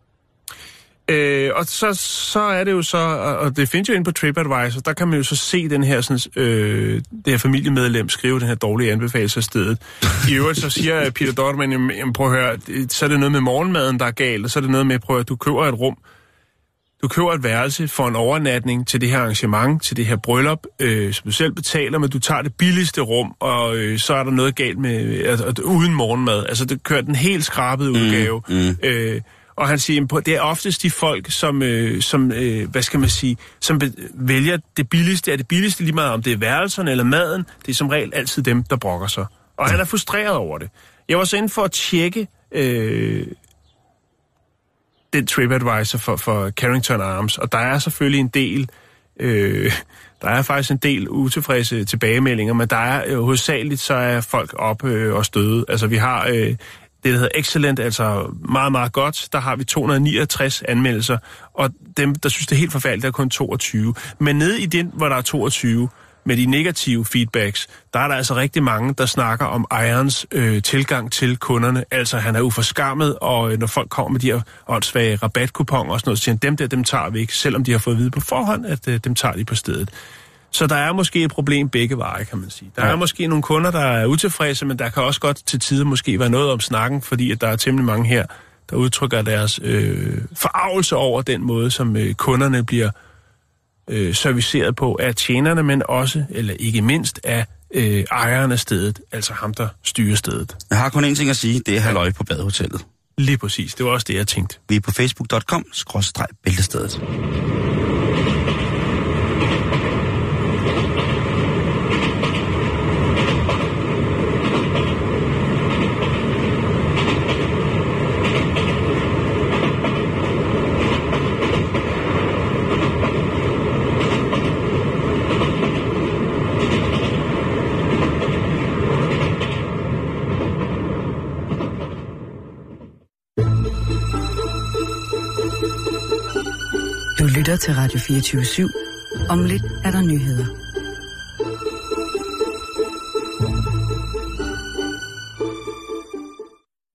Øh, og så, så er det jo så, og det findes jo inde på TripAdvisor, der kan man jo så se den her, sådan, øh, det her familiemedlem skrive den her dårlige anbefaling af stedet. I øvrigt så siger Peter Dodman, jamen, prøv at høre, så er det noget med morgenmaden, der er galt, og så er det noget med, prøv at høre, du køber et rum, du køber et værelse for en overnatning til det her arrangement, til det her bryllup, øh, som du selv betaler, men du tager det billigste rum, og øh, så er der noget galt med, altså, uden morgenmad. Altså, det kører den helt skrabede udgave. Mm, mm. Øh, og han siger, det er oftest de folk, som, øh, som øh, hvad skal man sige, som be- vælger det billigste. Er det billigste lige meget, om det er værelserne eller maden? Det er som regel altid dem, der brokker sig. Og han er frustreret over det. Jeg var så inde for at tjekke... Øh, den TripAdvisor for, for Carrington Arms, og der er selvfølgelig en del, øh, der er faktisk en del utilfredse tilbagemeldinger, men der er øh, hovedsageligt, så er folk op øh, og støde. Altså vi har øh, det, der hedder Excellent, altså meget, meget godt, der har vi to hundrede og niogtres anmeldelser, og dem, der synes det er helt forfærdeligt, der er kun toogtyve. Men nede i den, hvor der er toogtyve, med de negative feedbacks, der er der altså rigtig mange, der snakker om ejerens øh, tilgang til kunderne. Altså, han er uforskammet, og øh, når folk kommer med de her åndssvage rabatkuponer og sådan noget, så siger han, dem der, dem tager vi ikke, selvom de har fået at vide på forhånd, at øh, dem tager de på stedet. Så der er måske et problem begge veje, kan man sige. Der ja. er måske nogle kunder, der er utilfredse, men der kan også godt til tider måske være noget om snakken, fordi at der er temmelig mange her, der udtrykker deres øh, forarvelse over den måde, som øh, kunderne bliver Øh, serviceret på af tjenerne, men også, eller ikke mindst, af øh, ejeren af stedet, altså ham, der styrer stedet. Jeg har kun én ting at sige, det er halløj på badehotellet. Lige præcis, det var også det, jeg tænkte. Vi er på facebook punktum com skråstreg bæltestedet. Du lytter til Radio fireogtyve syv. Om lidt er der nyheder.